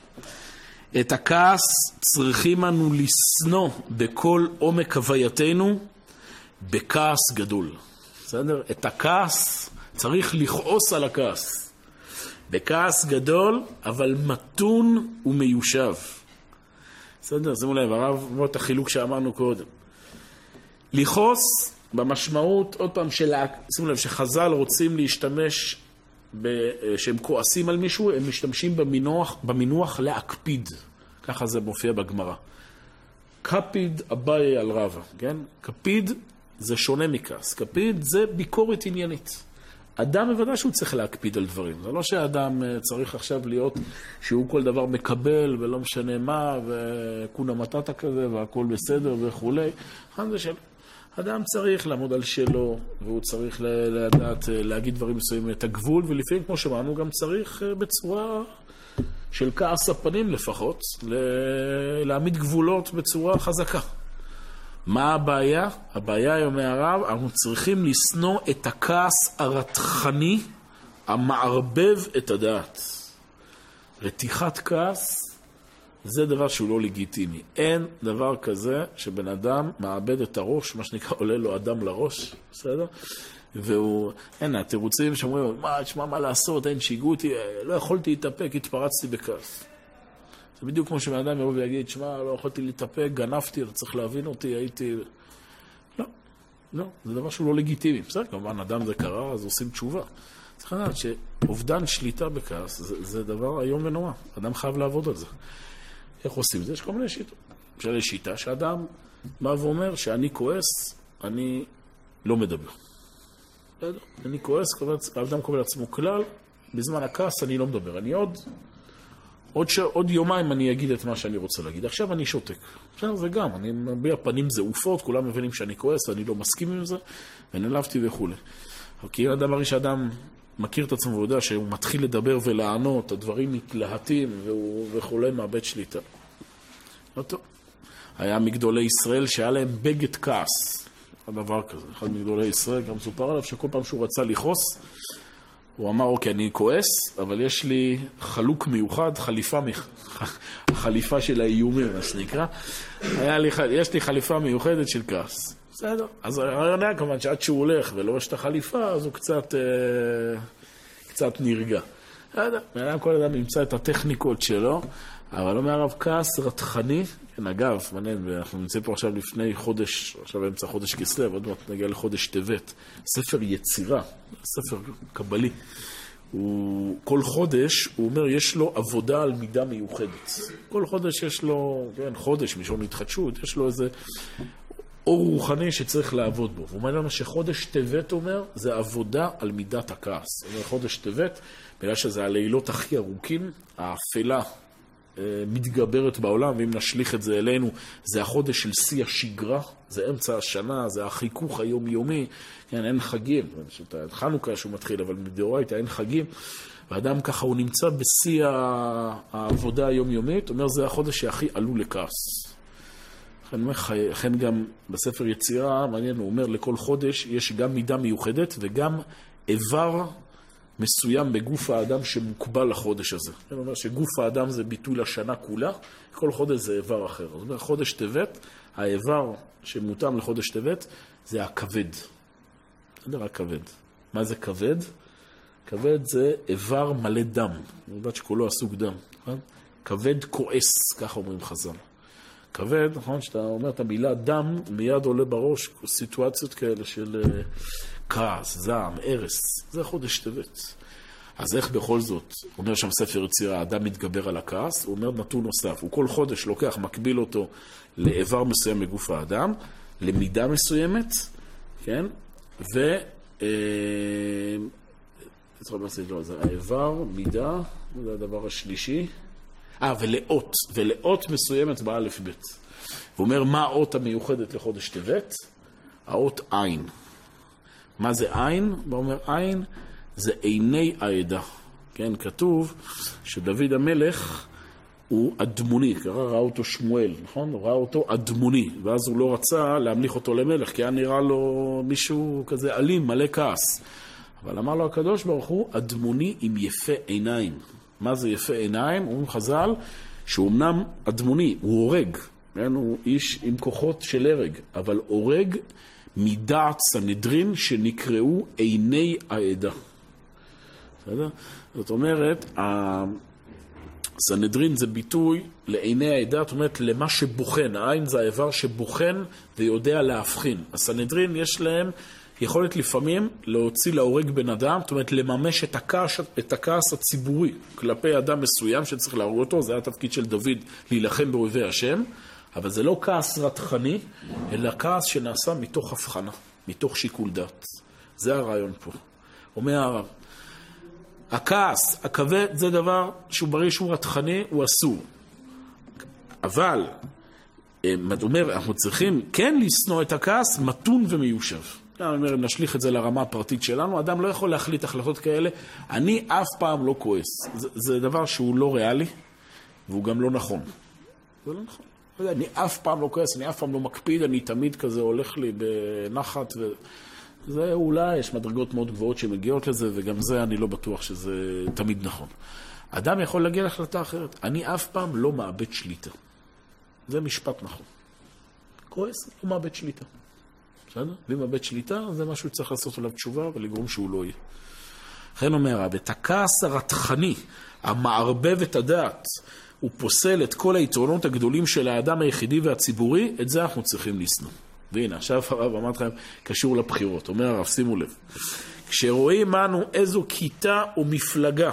Speaker 1: את הכעס צריכים אנו לסנוע בכל עומק הווייתנו בכעס גדול. בסדר? את הכעס צריך לכעוס על הכעס. בכעס גדול, אבל מתון ומיושב. בסדר? שימו לב, הרב, בוא את החילוק שאמרנו קודם. לכעוס במשמעות, עוד פעם, שלה, שימו לב, שחז"ל רוצים להשתמש, ב, שהם כועסים על מישהו, הם משתמשים במינוח, במינוח להקפיד. ככה זה מופיע בגמרא. קפיד אביי על רבא, כן? קפיד זה שונה מכעס. קפיד זה ביקורת עניינית. אדם בוודאי שהוא צריך להקפיד על דברים. זה לא שהאדם צריך עכשיו להיות שהוא כל דבר מקבל ולא משנה מה, וכונה מטאטה כזה והכל בסדר וכו'. זה שלו. אדם צריך לעמוד על שלו, והוא צריך לדעת, להגיד דברים מסוימים את הגבול, ולפעמים, כמו שאמרנו, גם צריך בצורה של כעס הפנים לפחות, להעמיד גבולות בצורה חזקה. מה הבעיה? הבעיה היום מהרב, אנחנו צריכים לסנוע את הכעס הרתחני, המערבב את הדעת. רתיחת כעס, זה דבר שהוא לא לגיטימי. אין דבר כזה שבן אדם מאבד את הראש, מה שנקרא עולה לו אדם לראש, בסדר? והוא, אין, התירוצים שאומרים, מה, תשמע מה לעשות, אין, שיגעו אותי, לא יכולתי להתאפק, התפרצתי בכעס. זה בדיוק כמו שבן אדם יבוא ויגיד, תשמע, לא יכולתי להתאפק, גנבתי, אתה צריך להבין אותי, הייתי... לא, לא, זה דבר שהוא לא לגיטימי. בסדר, כמובן, אדם זה קרה, אז עושים תשובה. צריך לדעת שאובדן שליטה בכעס, זה, זה דבר איום ונורא. אדם חייב לעבוד על זה. איך עושים זה? יש כל מיני שיטות. אפשר יש שיטה שאדם בא ואומר שאני כועס, אני לא מדבר. אני כועס, האדם קובל לעצמו כלל, בזמן הכעס אני לא מדבר. אני עוד, עוד, ש... עוד יומיים אני אגיד את מה שאני רוצה להגיד. עכשיו אני שותק. עכשיו זה גם, אני מביע פנים זעופות, כולם מבינים שאני כועס, אני לא מסכים עם זה, ונעלבתי וכו'. כי האדם הרי שאדם מכיר את עצמו ויודע שהוא מתחיל לדבר ולענות, הדברים מתלהטים וכו' מאבד שליטה. לא טוב. היה מגדולי ישראל שהיה להם בגד כעס. הדבר כזה. אחד מגדולי ישראל גם סופר עליו שכל פעם שהוא רצה לכעוס, הוא אמר, אוקיי, אני כועס, אבל יש לי חלוק מיוחד, חליפה, חליפה של האיומים, מה שנקרא. היה לי, יש לי חליפה מיוחדת של כעס. בסדר. אז הרעיון היה כמובן שעד שהוא הולך ולא יש את החליפה, אז הוא קצת, אה, קצת נרגע. בסדר. מעניין כל אדם ימצא את הטכניקות שלו, אבל לא מהרב כעס רתחני. כן, אגב, מעניין, אנחנו נמצאים פה עכשיו לפני חודש, עכשיו באמצע חודש כסלו, עוד מעט נגיע לחודש טבת. ספר יצירה, ספר קבלי. הוא, כל חודש, הוא אומר, יש לו עבודה על מידה מיוחדת. כל חודש יש לו, כן, חודש, משון התחדשות, יש לו איזה אור רוחני שצריך לעבוד בו. והוא אומר שחודש טבת, אומר, זה עבודה על מידת הכעס. הוא אומר, חודש טבת, בגלל שזה הלילות הכי ארוכים, האפלה, מתגברת בעולם, ואם נשליך את זה אלינו, זה החודש של שיא השגרה, זה אמצע השנה, זה החיכוך היומיומי, כן, אין חגים, חנוכה שהוא מתחיל, אבל מדאורייתא אין חגים, ואדם ככה הוא נמצא בשיא העבודה היומיומית, אומר זה החודש שהכי עלו לכעס. לכן גם בספר יצירה, מעניין, הוא אומר לכל חודש יש גם מידה מיוחדת, וגם איבר מסוים בגוף האדם שמוקבל לחודש הזה. אני אומר שגוף האדם זה ביטוי לשנה כולה, כל חודש זה איבר אחר. זאת אומרת, חודש טבת, האיבר שמותאם לחודש טבת, זה הכבד. זה רק כבד. מה זה כבד? כבד זה איבר מלא דם. אני יודעת שכולו עסוק דם. כבד כועס, ככה אומרים חז"ל. כבד, נכון? שאתה אומר את המילה דם, מיד עולה בראש סיטואציות כאלה של כעס, זעם, ארס. זה חודש טבת. אז איך בכל זאת, אומר שם ספר יצירה, האדם מתגבר על הכעס, הוא אומר נתון נוסף. הוא כל חודש לוקח, מקביל אותו לאיבר מסוים מגוף האדם, למידה מסוימת, כן? ו... זה האיבר, מידה, זה הדבר השלישי. אה, ולאות, ולאות מסוימת באלף בית. הוא אומר, מה האות המיוחדת לחודש טבת? האות עין. מה זה עין? הוא אומר, עין זה עיני העדה. כן, כתוב שדוד המלך הוא אדמוני, קרא, ראה אותו שמואל, נכון? הוא ראה אותו אדמוני, ואז הוא לא רצה להמליך אותו למלך, כי היה נראה לו מישהו כזה אלים, מלא כעס. אבל אמר לו הקדוש ברוך הוא, אדמוני עם יפה עיניים. מה זה יפה עיניים? אומרים חז"ל, שהוא אמנם אדמוני, הוא הורג, כן? הוא איש עם כוחות של הרג, אבל הורג מדעת סנהדרין שנקראו עיני העדה. בסדר? זאת אומרת, סנהדרין זה ביטוי לעיני העדה, זאת אומרת למה שבוחן. העין זה האיבר שבוחן ויודע להבחין. הסנהדרין יש להם יכולת לפעמים להוציא להורג בן אדם, זאת אומרת לממש את הכעס, את הכעס הציבורי כלפי אדם מסוים שצריך להרוג אותו. זה היה התפקיד של דוד, להילחם באויבי השם. אבל זה לא כעס רתחני, אלא כעס שנעשה מתוך הבחנה, מתוך שיקול דעת. זה הרעיון פה. אומר הרב, הכעס, הכבד, זה דבר שהוא בריא, שהוא רתחני, הוא אסור. אבל, אומר, אנחנו צריכים כן לסנוע את הכעס, מתון ומיושב. אני אומר, נשליך את זה לרמה הפרטית שלנו, אדם לא יכול להחליט החלטות כאלה, אני אף פעם לא כועס. זה, זה דבר שהוא לא ריאלי, והוא גם לא נכון. זה לא נכון. אני אף פעם לא כועס, אני אף פעם לא מקפיד, אני תמיד כזה הולך לי בנחת, וזה אולי, יש מדרגות מאוד גבוהות שמגיעות לזה, וגם זה אני לא בטוח שזה תמיד נכון. אדם יכול להגיע להחלטה אחרת, אני אף פעם לא מאבד שליטה. זה משפט נכון. כועס, לא מאבד שליטה. בסדר? ואם מאבד שליטה, זה משהו שצריך לעשות עליו תשובה, ולגרום שהוא לא יהיה. לכן אומר רב, את הכעס הרתחני, המערבב את הדעת, הוא פוסל את כל היתרונות הגדולים של האדם היחידי והציבורי, את זה אנחנו צריכים לשנוא. והנה, עכשיו הרב אמר לכם, קשור לבחירות. אומר הרב, שימו לב. כשרואים אנו איזו כיתה או מפלגה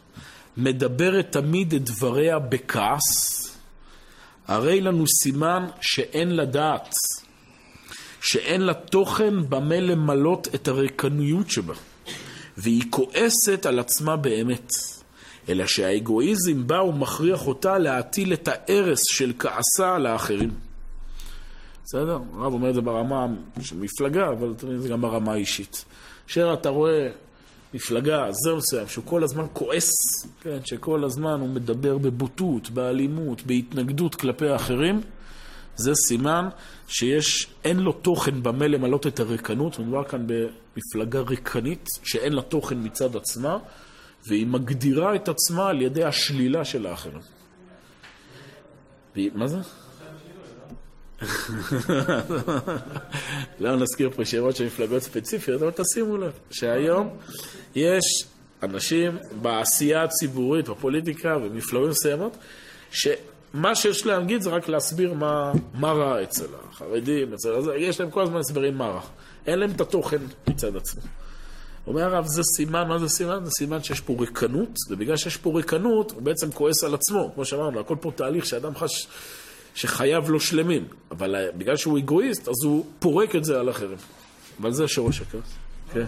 Speaker 1: מדברת תמיד את דבריה בכעס, הרי לנו סימן שאין לה דעת, שאין לה תוכן במה למלות את הריקנויות שבה, והיא כועסת על עצמה באמת. אלא שהאגואיזם בא ומכריח אותה להטיל את הערס של כעסה על האחרים. בסדר? הרב אומר את זה ברמה של מפלגה, אבל זה גם ברמה האישית. אשר אתה רואה מפלגה, זה מסוים, שהוא כל הזמן כועס, כן? שכל הזמן הוא מדבר בבוטות, באלימות, בהתנגדות כלפי האחרים, זה סימן שיש, אין לו תוכן במה למלות את הריקנות, מדובר כאן במפלגה ריקנית, שאין לה תוכן מצד עצמה, והיא מגדירה את עצמה על ידי השלילה של האחרים. מה זה? לא נזכיר פה שמות של מפלגות ספציפיות, אבל תשימו לב שהיום יש אנשים בעשייה הציבורית, בפוליטיקה ומפלגות מסוימות, שמה שיש להם להגיד זה רק להסביר מה, מה רע אצל החרדים, אצל הזה, יש להם כל הזמן הסברים מה רע. אין להם את התוכן מצד עצמו. אומר הרב, זה סימן, מה זה סימן? זה סימן שיש פה ריקנות, ובגלל שיש פה ריקנות, הוא בעצם כועס על עצמו. כמו שאמרנו, הכל פה תהליך שאדם חש שחייב לו שלמים. אבל בגלל שהוא אגואיסט, אז הוא פורק את זה על אחרים. אבל זה שורש הכעס. כן.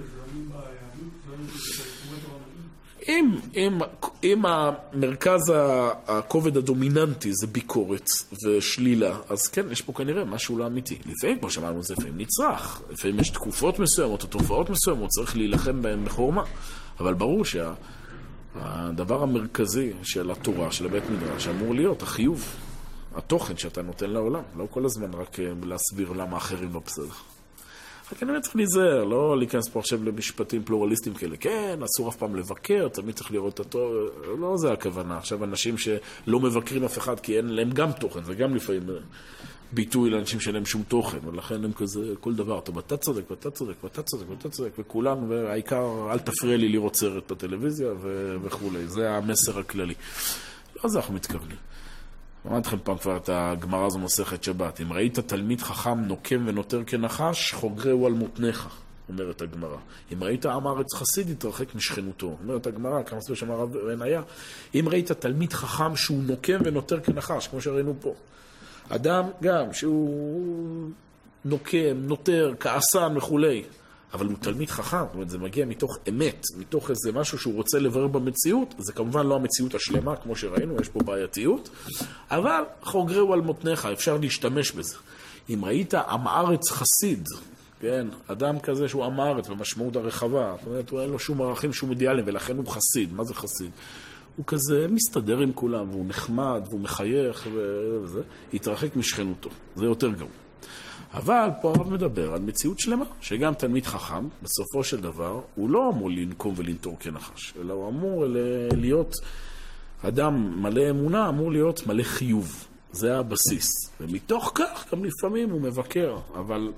Speaker 1: אם, אם, אם המרכז הכובד הדומיננטי זה ביקורת ושלילה, אז כן, יש פה כנראה משהו לא אמיתי. לפעמים, כמו שאמרנו, זה לפעמים נצרך. לפעמים יש תקופות מסוימות או תופעות מסוימות, צריך להילחם בהם בחורמה. אבל ברור שהדבר המרכזי של התורה, של הבית מדרש, אמור להיות החיוב, התוכן שאתה נותן לעולם. לא כל הזמן רק להסביר למה אחרים לא בסדר. כנראה צריך להיזהר, לא להיכנס פה עכשיו למשפטים פלורליסטיים כאלה. כן, אסור אף פעם לבקר, תמיד צריך לראות את הטוב. לא זה הכוונה. עכשיו אנשים שלא מבקרים אף אחד, כי אין להם גם תוכן, וגם לפעמים ביטוי לאנשים שאין להם שום תוכן, ולכן הם כזה, כל דבר, טוב, אתה צודק, ואתה צודק, ואתה צודק, ואתה צודק, וכולם, והעיקר, אל תפריע לי לראות סרט בטלוויזיה וכו'. זה המסר הכללי. לא זה אנחנו מתכוונים. אמרתי לכם פעם כבר את הגמרא הזו מסכת שבת. אם ראית תלמיד חכם נוקם ונותר כנחש, חוגרהו על מותניך, אומרת הגמרא. אם ראית עם הארץ חסיד, יתרחק משכנותו. אומרת הגמרא, כמה סביב שאמר רב בניה, אם ראית תלמיד חכם שהוא נוקם ונותר כנחש, כמו שראינו פה. אדם גם שהוא נוקם, נותר, כעסן וכולי. אבל הוא תלמיד חכם, זאת אומרת, זה מגיע מתוך אמת, מתוך איזה משהו שהוא רוצה לברר במציאות, זה כמובן לא המציאות השלמה, כמו שראינו, יש פה בעייתיות, אבל חוגרהו על מותניך, אפשר להשתמש בזה. אם ראית עם הארץ חסיד, כן, אדם כזה שהוא עם הארץ במשמעות הרחבה, זאת אומרת, הוא אין לו שום ערכים, שום אידיאלים, ולכן הוא חסיד. מה זה חסיד? הוא כזה מסתדר עם כולם, והוא נחמד, והוא מחייך, וזה, יתרחק משכנותו. זה יותר גרוע. אבל פה הרב מדבר על מציאות שלמה, שגם תלמיד חכם, בסופו של דבר, הוא לא אמור לנקום ולנטור כנחש, אלא הוא אמור להיות אדם מלא אמונה, אמור להיות מלא חיוב. זה הבסיס. ומתוך כך גם לפעמים הוא מבקר, אבל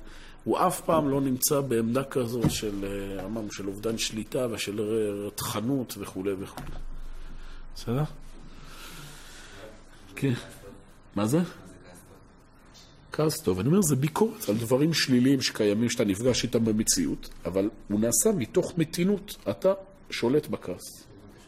Speaker 1: הוא אף פעם לא נמצא בעמדה כזאת של, אמרנו, של אובדן שליטה ושל רתחנות וכו' וכו'. בסדר? כן. מה זה? כעס טוב. אני אומר, זה ביקורת על דברים שליליים שקיימים, שאתה נפגש איתם במציאות, אבל הוא נעשה מתוך מתינות. אתה שולט בכעס.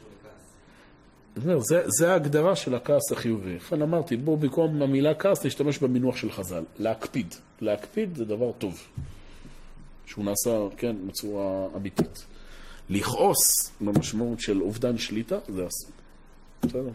Speaker 1: זה, זה ההגדרה של הכעס החיובי. לכן אמרתי, בוא במקום המילה כעס, להשתמש במינוח של חז"ל. להקפיד. להקפיד זה דבר טוב. שהוא נעשה, כן, בצורה אמיתית. לכעוס במשמעות של אובדן שליטה, זה אסור. בסדר?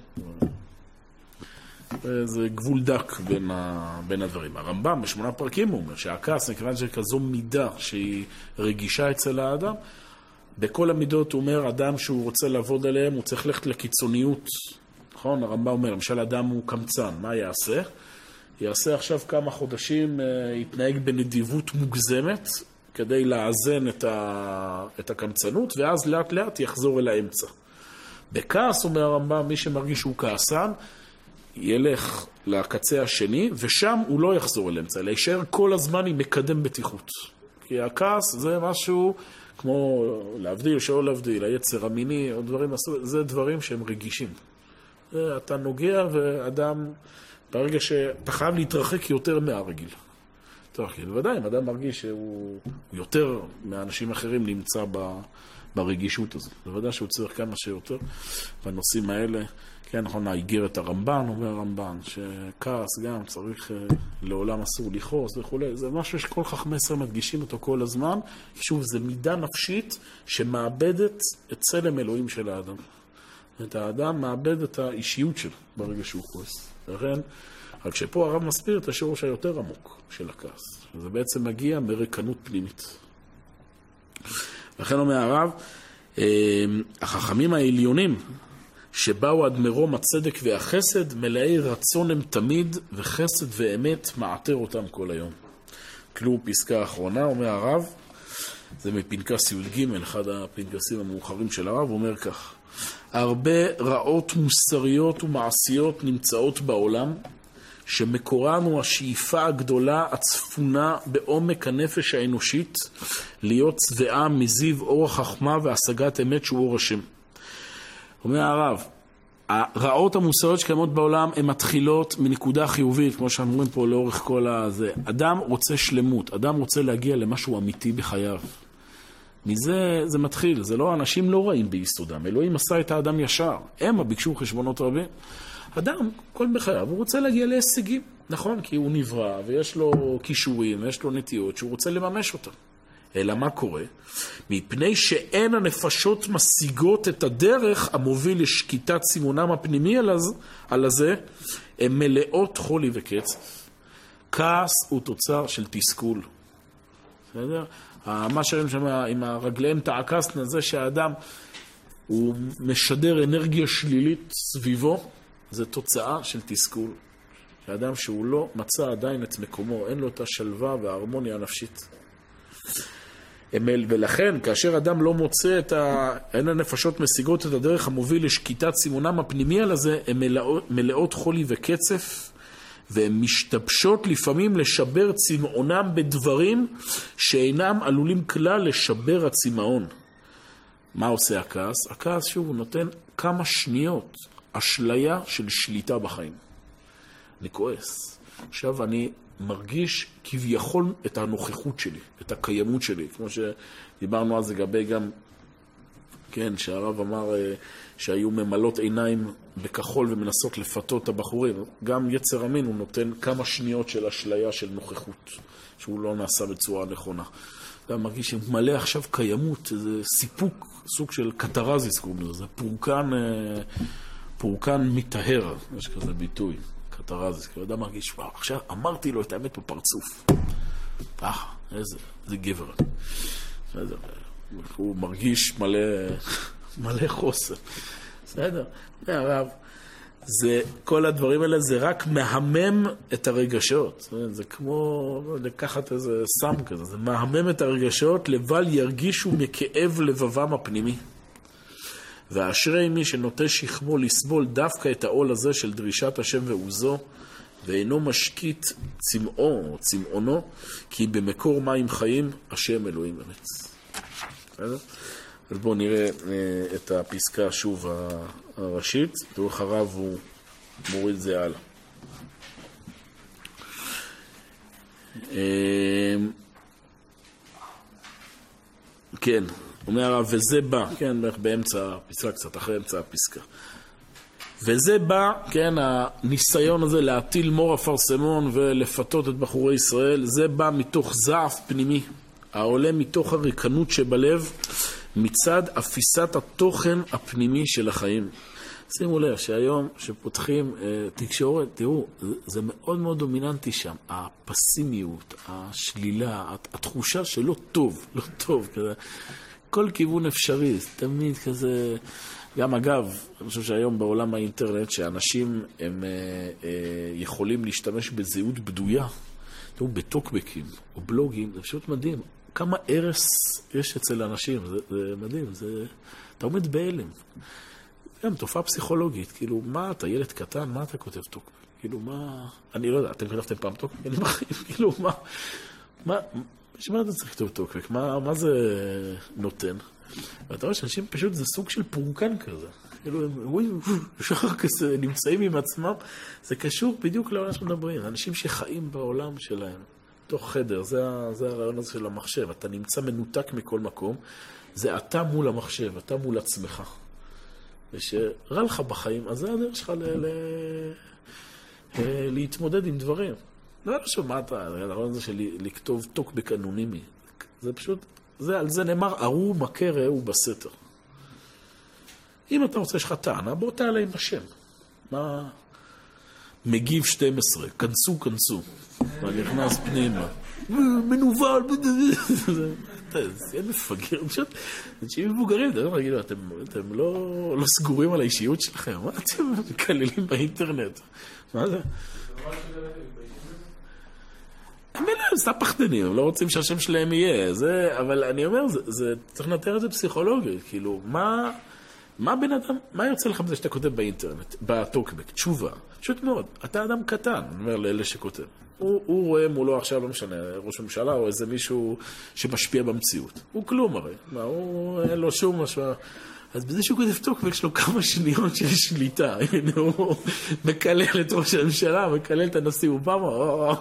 Speaker 1: זה גבול דק בין, ה... בין הדברים. הרמב"ם בשמונה פרקים הוא אומר שהכעס, מכיוון שכזו מידה שהיא רגישה אצל האדם, בכל המידות הוא אומר, אדם שהוא רוצה לעבוד עליהם, הוא צריך ללכת לקיצוניות. נכון? הרמב"ם אומר, למשל אדם הוא קמצן, מה יעשה? יעשה עכשיו כמה חודשים, יתנהג בנדיבות מוגזמת, כדי לאזן את, ה... את הקמצנות, ואז לאט לאט יחזור אל האמצע. בכעס, אומר הרמב"ם, מי שמרגיש שהוא כעסן, ילך לקצה השני, ושם הוא לא יחזור אל אמצע, אלא יישאר כל הזמן עם מקדם בטיחות. כי הכעס זה משהו כמו להבדיל, שלא להבדיל, היצר המיני, או דברים, זה דברים שהם רגישים. אתה נוגע ואדם, ברגע שאתה חייב להתרחק יותר מהרגיל. טוב, כי בוודאי, אם אדם מרגיש שהוא יותר מאנשים אחרים נמצא ב... ברגישות הזאת. בוודאי שהוא צריך כמה שיותר בנושאים האלה. כן, נכון, האיגרת הרמב"ן, אומר הרמב"ן, שכעס גם צריך, לעולם אסור לכעוס וכו'. זה משהו שכל חכמי ישראל מדגישים אותו כל הזמן. שוב, זה מידה נפשית שמאבדת את צלם אלוהים של האדם. את האדם מאבד את האישיות שלו ברגע שהוא כועס. לכן, רק שפה הרב מסביר את השורש היותר עמוק של הכעס. זה בעצם מגיע מרקנות פנימית. לכן אומר הרב, החכמים העליונים שבאו עד מרום הצדק והחסד, מלאי רצון הם תמיד, וחסד ואמת מעטר אותם כל היום. כלו פסקה האחרונה, אומר הרב, זה מפנקס י' ג', אחד הפנקסים המאוחרים של הרב, הוא אומר כך, הרבה רעות מוסריות ומעשיות נמצאות בעולם, שמקורן הוא השאיפה הגדולה הצפונה בעומק הנפש האנושית, להיות צבעה מזיו אור החכמה והשגת אמת שהוא אור השם. אומר הרב, הרעות המוסריות שקיימות בעולם הן מתחילות מנקודה חיובית, כמו שאומרים פה לאורך כל הזה. אדם רוצה שלמות, אדם רוצה להגיע למשהו אמיתי בחייו. מזה זה מתחיל, זה לא, אנשים לא רעים ביסודם, אלוהים עשה את האדם ישר, הם ביקשו חשבונות רבים. אדם, כל בחייו, הוא רוצה להגיע להישגים, נכון? כי הוא נברא ויש לו כישורים, ויש לו נטיות שהוא רוצה לממש אותם. אלא מה קורה? מפני שאין הנפשות משיגות את הדרך המוביל לשקיטת סימונם הפנימי על הזה, הן מלאות חולי וקצף. כעס הוא תוצר של תסכול. בסדר? מה שרים שם עם הרגליהם תעקסנה, זה שהאדם הוא משדר אנרגיה שלילית סביבו, זה תוצאה של תסכול. האדם שהוא לא מצא עדיין את מקומו, אין לו את השלווה וההרמוניה הנפשית. ולכן, כאשר אדם לא מוצא את ה... אין הנפשות משיגות את הדרך המוביל לשקיטת סימונם הפנימי על הזה, הן מלאות, מלאות חולי וקצף, והן משתבשות לפעמים לשבר צמאונם בדברים שאינם עלולים כלל לשבר הצמאון. מה עושה הכעס? הכעס שהוא נותן כמה שניות אשליה של שליטה בחיים. אני כועס. עכשיו אני מרגיש כביכול את הנוכחות שלי, את הקיימות שלי, כמו שדיברנו אז לגבי גם, כן, שהרב אמר שהיו ממלאות עיניים בכחול ומנסות לפתות את הבחורים. גם יצר המין הוא נותן כמה שניות של אשליה של נוכחות, שהוא לא נעשה בצורה נכונה. אתה מרגיש שמלא עכשיו קיימות, זה סיפוק, סוג של קטרזיס קוראים לזה, זה פורקן, פורקן מתאהר, יש כזה ביטוי. קטרזיס, כי אדם מרגיש, וואו, עכשיו אמרתי לו את האמת בפרצוף. אה, איזה, איזה גבר. איזה, הוא מרגיש מלא, מלא חוסר. בסדר? הרב, זה, כל הדברים האלה זה רק מהמם את הרגשות. זה כמו לקחת איזה סם כזה, זה מהמם את הרגשות, לבל ירגישו מכאב לבבם הפנימי. ואשרי מי שנוטה שכמו לסבול דווקא את העול הזה של דרישת השם ועוזו, ואינו משקיט צמאו או צמאונו, כי במקור מים חיים השם אלוהים ארץ. בסדר? אז בואו נראה את הפסקה שוב הראשית, ואחריו הוא מוריד זה הלאה. כן, אומר הרב, וזה בא, כן, באמצע הפסקה, קצת אחרי אמצע הפסקה. וזה בא, כן, הניסיון הזה להטיל מור אפרסמון ולפתות את בחורי ישראל, זה בא מתוך זעף פנימי, העולה מתוך הריקנות שבלב, מצד אפיסת התוכן הפנימי של החיים. שימו לב שהיום שפותחים אה, תקשורת, תראו, זה, זה מאוד מאוד דומיננטי שם, הפסימיות, השלילה, התחושה שלא טוב, לא טוב, כזה. כל כיוון אפשרי, תמיד כזה, גם אגב, אני חושב שהיום בעולם האינטרנט, שאנשים הם אה, אה, יכולים להשתמש בזהות בדויה, תראו, בטוקבקים או בלוגים, זה פשוט מדהים. כמה ערס יש אצל אנשים, זה, זה מדהים, זה, אתה עומד בהלם. גם תופעה פסיכולוגית, כאילו, מה אתה, ילד קטן, מה אתה כותב טוקבק? כאילו, מה, אני לא יודע, אתם כתבתם פעם טוקבק? אני מחיים, כאילו, מה, מה, שמה אתה צריך לכתוב טוקבק? מה, מה זה נותן? ואתה רואה שאנשים פשוט, זה סוג של פורקן כזה. כאילו, הם שחר כזה, נמצאים עם עצמם, זה קשור בדיוק לעולם שמדברים. אנשים שחיים בעולם שלהם. תוך חדר, זה, זה הרעיון הזה של המחשב. אתה נמצא מנותק מכל מקום, זה אתה מול המחשב, אתה מול עצמך. ושרע לך בחיים, אז זה הדרך שלך ל... ל... להתמודד עם דברים. לא חושב מה אתה, הרעיון הזה של לכתוב טוקבק אנונימי. זה פשוט, זה, על זה נאמר, ארו מכה רעהו בסתר. אם אתה רוצה שלך טענה, בוא תעלה עם השם. מה... מגיב שתים עשרה, כנסו, כנסו. נכנס פנימה. מנוול, זה מפגר. פשוט, אנשים מבוגרים, אתם לא סגורים על האישיות שלכם. מה אתם מקללים באינטרנט? מה זה? הם אלה, סתם פחדנים, הם לא רוצים שהשם שלהם יהיה. אבל אני אומר, צריך לנתר את זה פסיכולוגית. כאילו, מה... מה בן אדם, מה יוצא לך בזה שאתה כותב באינטרנט, בטוקבק? תשובה, פשוט מאוד. אתה אדם קטן, אני אומר לאלה שכותב. הוא, הוא רואה מולו עכשיו, לא משנה, ראש ממשלה או איזה מישהו שמשפיע במציאות. הוא כלום הרי. מה, הוא אין לו שום משהו. אז בזה שהוא כותב טוקבק, יש לו כמה שניות של שליטה. הנה, הוא מקלל את ראש הממשלה, מקלל את הנשיא אובמה.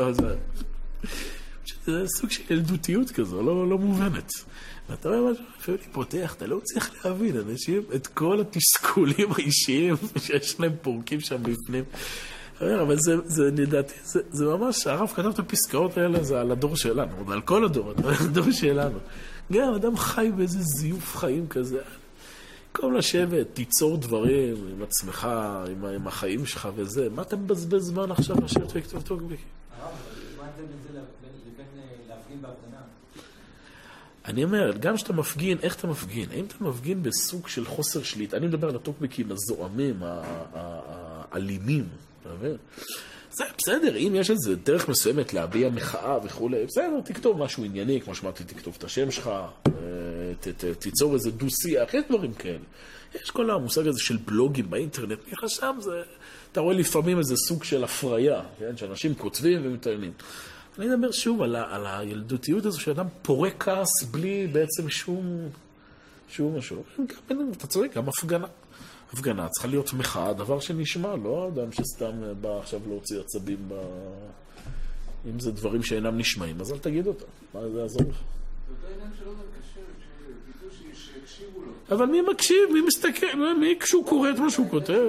Speaker 1: זה סוג של ילדותיות כזו, לא, לא מובנת. ואתה רואה משהו, אפילו אני פותח, אתה לא צריך להבין, אנשים, את כל התסכולים האישיים שיש להם פורקים שם בפנים. אבל זה, זה נדעתי, זה, זה ממש, הרב כתב את הפסקאות האלה, זה על הדור שלנו, על כל הדור, על הדור שלנו. גם אדם חי באיזה זיוף חיים כזה. קום לשבת, תיצור דברים עם עצמך, עם, עם החיים שלך וזה. מה אתה מבזבז זמן עכשיו לשבת וכתוב טוקבק?
Speaker 2: הרב, מה זה בין זה לבין להפגין בהפגנה?
Speaker 1: אני אומר, גם שאתה מפגין, איך אתה מפגין? האם אתה מפגין בסוג של חוסר שליט? אני מדבר על הטוקבקים הזועמים, האלימים, אתה מבין? זה בסדר, אם יש איזה דרך מסוימת להביע מחאה וכו', בסדר, תכתוב משהו ענייני, כמו שמעתי, תכתוב את השם שלך, תיצור איזה דו-שיח, יש דברים כאלה. יש כל המושג הזה של בלוגים באינטרנט, איך שם זה, אתה רואה לפעמים איזה סוג של הפריה, כן? שאנשים כותבים ומתעניינים. אני אדבר שוב על, ה- על הילדותיות הזו, שאדם פורק כעס בלי בעצם שום, שום משהו. גם, אתה צודק, גם הפגנה. הפגנה צריכה להיות מחאה, דבר שנשמע, לא אדם שסתם בא עכשיו להוציא עצבים ב... אם זה דברים שאינם נשמעים, אז אל תגיד אותם. מה זה יעזור לך?
Speaker 3: זה אותו עניין שלא מקשר, שביטו שיקשיבו לו.
Speaker 1: אבל מי מקשיב? מי מסתכל? מי כשהוא קורא את מה שהוא כותב?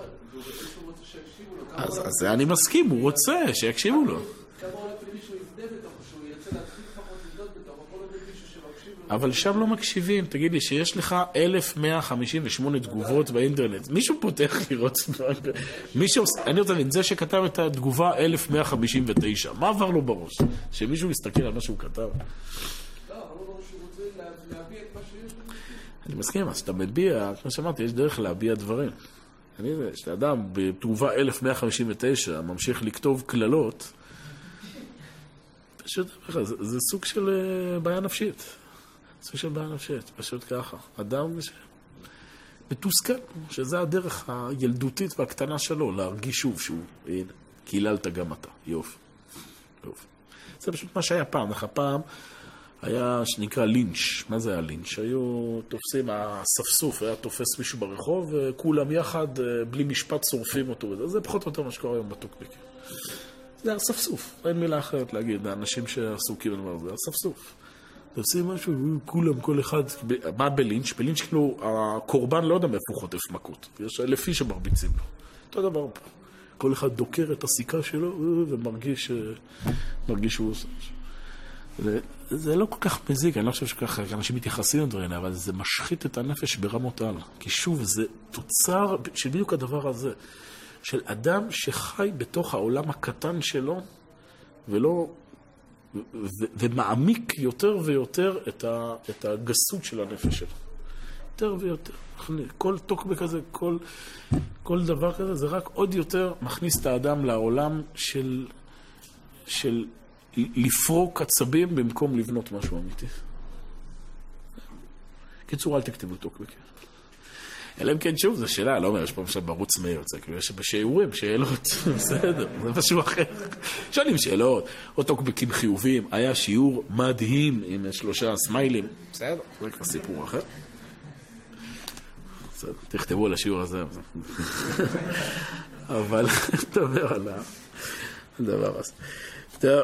Speaker 1: אז זה אני מסכים, הוא רוצה שיקשיבו לו. אבל שם לא מקשיבים. תגיד לי שיש לך אלף מאה חמישים ושמונה תגובות באינטרנט. מישהו פותח לראות... מישהו... אני רוצה להבין, זה שכתב את התגובה אלף מאה חמישים ותשע, מה עבר לו בראש? שמישהו יסתכל על מה שהוא כתב?
Speaker 3: לא, אבל הוא רוצה להביע את מה שיש.
Speaker 1: אני מסכים, אז אתה מביע, כמו שאמרתי, יש דרך להביע דברים. אני יודע, שאתה אדם בתגובה אלף מאה חמישים ותשע ממשיך לכתוב כללות, פשוט, זה, זה סוג של בעיה נפשית. סוג של בעיה נפשית, פשוט ככה. אדם מתוסכל, שזה הדרך הילדותית והקטנה שלו, להרגיש שוב שהוא, הנה, קיללת גם אתה. יופי. יופי. זה פשוט מה שהיה פעם. איך הפעם היה שנקרא לינץ'. מה זה היה לינץ'? היו תופסים, הספסוף היה תופס מישהו ברחוב, וכולם יחד, בלי משפט, שורפים אותו. זה פחות או יותר מה שקורה היום בטוקבקים. זה הספסוף. אין מילה אחרת להגיד. האנשים שעסוקים לדבר זה הספסוף. תעשי משהו, כולם, כל אחד, מה בלינץ'? בלינץ' כאילו, הקורבן לא יודע מאיפה הוא חוטף מכות. יש לפי שמרביצים לו. אותו דבר פה. כל אחד דוקר את הסיכה שלו, ומרגיש מרגיש שהוא עושה. זה, זה לא כל כך מזיק, אני לא חושב שככה אנשים מתייחסים לדברים, אבל זה משחית את הנפש ברמות על. כי שוב, זה תוצר של בדיוק הדבר הזה, של אדם שחי בתוך העולם הקטן שלו, ולא... ו- ומעמיק יותר ויותר את, ה- את הגסות של הנפש שלו. יותר ויותר. כל טוקבק כזה, כל, כל דבר כזה, זה רק עוד יותר מכניס את האדם לעולם של, של לפרוק עצבים במקום לבנות משהו אמיתי. קיצור, אל תכתבו טוקבק. אלא אם כן שוב, זו שאלה, לא אומר, יש פה עכשיו בערוץ מאיר, זה כאילו, יש בשיעורים, שאלות, בסדר, זה משהו אחר. שואלים שאלות, או טוקבקים חיוביים, היה שיעור מדהים עם שלושה סמיילים, בסדר, זה כבר סיפור אחר. בסדר, תכתבו על השיעור הזה. אבל, תדבר על הדבר הזה. טוב,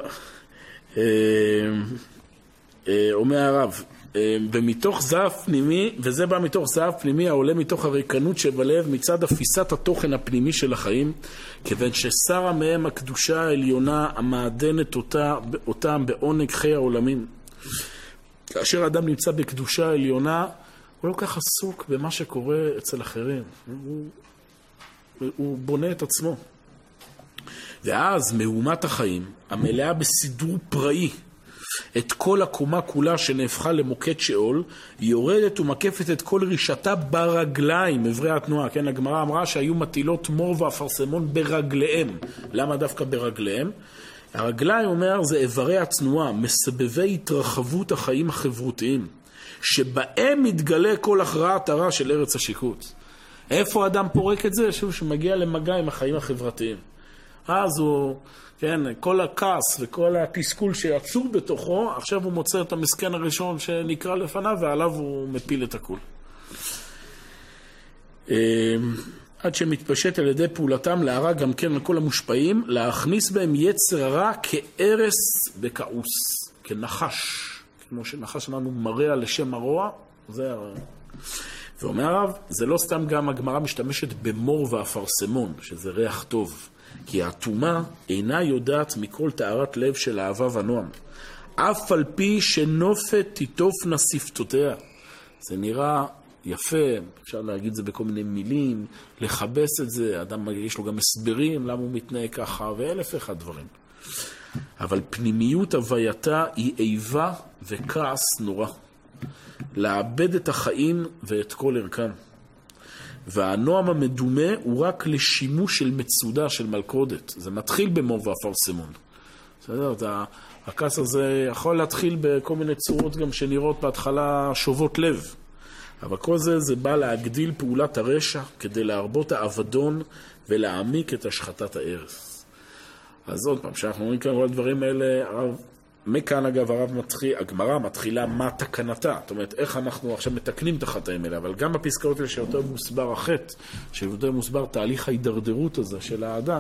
Speaker 1: אומר הרב, ומתוך זהב פנימי, וזה בא מתוך זהב פנימי העולה מתוך הריקנות שבלב מצד אפיסת התוכן הפנימי של החיים, כיוון ששרה מהם הקדושה העליונה המעדנת אותה, אותם בעונג חיי העולמים. כאשר אדם נמצא בקדושה העליונה, הוא לא כך עסוק במה שקורה אצל אחרים. הוא, הוא בונה את עצמו. ואז מהומת החיים, המלאה בסידור פראי, את כל הקומה כולה שנהפכה למוקד שאול, היא יורדת ומקפת את כל רישתה ברגליים, עברי התנועה. כן, הגמרא אמרה שהיו מטילות מור ואפרסמון ברגליהם. למה דווקא ברגליהם? הרגליים, אומר, זה עברי התנועה, מסבבי התרחבות החיים החברותיים, שבהם מתגלה כל הכרעת הרע של ארץ השיקוט. איפה האדם פורק את זה? שוב, שמגיע למגע עם החיים החברתיים. אז הוא... כן, כל הכעס וכל התסכול שיצור בתוכו, עכשיו הוא מוצא את המסכן הראשון שנקרא לפניו, ועליו הוא מפיל את הכול. עד שמתפשט על ידי פעולתם להרע גם כן לכל המושפעים, להכניס בהם יצר הרע כארס וכעוס, כנחש. כמו שנחש אמרנו מראה לשם הרוע, זה הרע. ואומר הרב, זה לא סתם גם הגמרא משתמשת במור ואפרסמון, שזה ריח טוב. כי האטומה אינה יודעת מכל טהרת לב של אהבה ונועם. אף על פי שנופת תיטופנה שפתותיה. זה נראה יפה, אפשר להגיד זה בכל מיני מילים, לחבס את זה, אדם יש לו גם הסברים למה הוא מתנהג ככה, ואלף אחד דברים. אבל פנימיות הווייתה היא איבה וכעס נורא. לאבד את החיים ואת כל ערכם. והנועם המדומה הוא רק לשימוש של מצודה, של מלכודת. זה מתחיל במור ואפרסמון. בסדר? הכעס הזה יכול להתחיל בכל מיני צורות גם שנראות בהתחלה שובות לב. אבל כל זה, זה בא להגדיל פעולת הרשע כדי להרבות האבדון ולהעמיק את השחטת הארץ. אז עוד פעם, שאנחנו אומרים כאן כל הדברים האלה, הרב, מכאן אגב הרב מתחיל, הגמרא מתחילה מה תקנתה, זאת אומרת איך אנחנו עכשיו מתקנים את החטאים האלה, אבל גם בפסקאות האלה שיותר מוסבר החטא, שיותר מוסבר תהליך ההידרדרות הזה של האדם,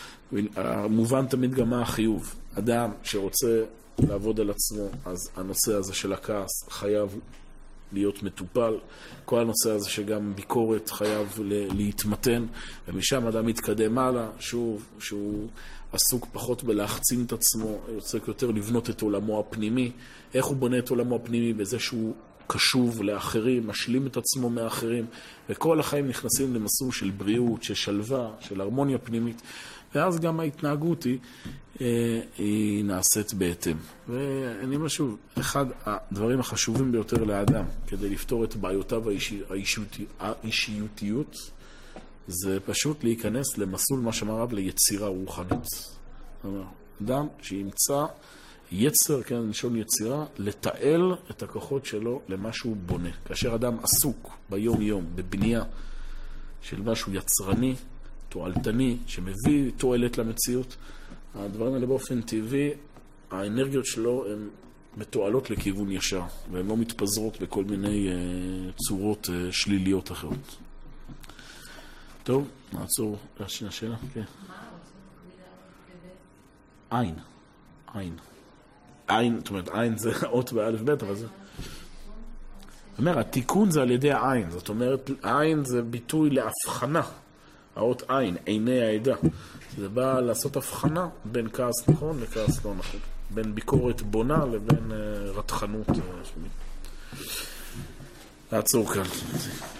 Speaker 1: מובן תמיד גם מה החיוב. אדם שרוצה לעבוד על עצמו, אז הנושא הזה של הכעס חייב להיות מטופל, כל הנושא הזה שגם ביקורת חייב להתמתן, ומשם אדם מתקדם הלאה, שוב, שהוא עסוק פחות בלהחצין את עצמו, יוצא יותר לבנות את עולמו הפנימי. איך הוא בונה את עולמו הפנימי? בזה שהוא קשוב לאחרים, משלים את עצמו מאחרים, וכל החיים נכנסים למסלול של בריאות, של שלווה, של הרמוניה פנימית, ואז גם ההתנהגות היא, היא נעשית בהתאם. ואני אומר שוב, אחד הדברים החשובים ביותר לאדם, כדי לפתור את בעיותיו האישיותיות, זה פשוט להיכנס למסלול מה שאמר רב ליצירה רוחנית. אדם שימצא יצר, כן, נשון יצירה, לתעל את הכוחות שלו למה שהוא בונה. כאשר אדם עסוק ביום יום, בבנייה של משהו יצרני, תועלתני, שמביא תועלת למציאות, הדברים האלה באופן טבעי, האנרגיות שלו הן מתועלות לכיוון ישר, והן לא מתפזרות בכל מיני uh, צורות uh, שליליות אחרות. טוב, נעצור לשנייה שאלה. כן. עין. עין. עין, זאת אומרת, עין זה אות באלף בית, אבל זה... זאת אומרת, התיקון זה על ידי העין. זאת אומרת, העין זה ביטוי להבחנה. האות עין, עיני העדה. זה בא לעשות הבחנה בין כעס נכון לכעס לא נכון. בין ביקורת בונה לבין uh, רתחנות. Uh, לעצור כאן.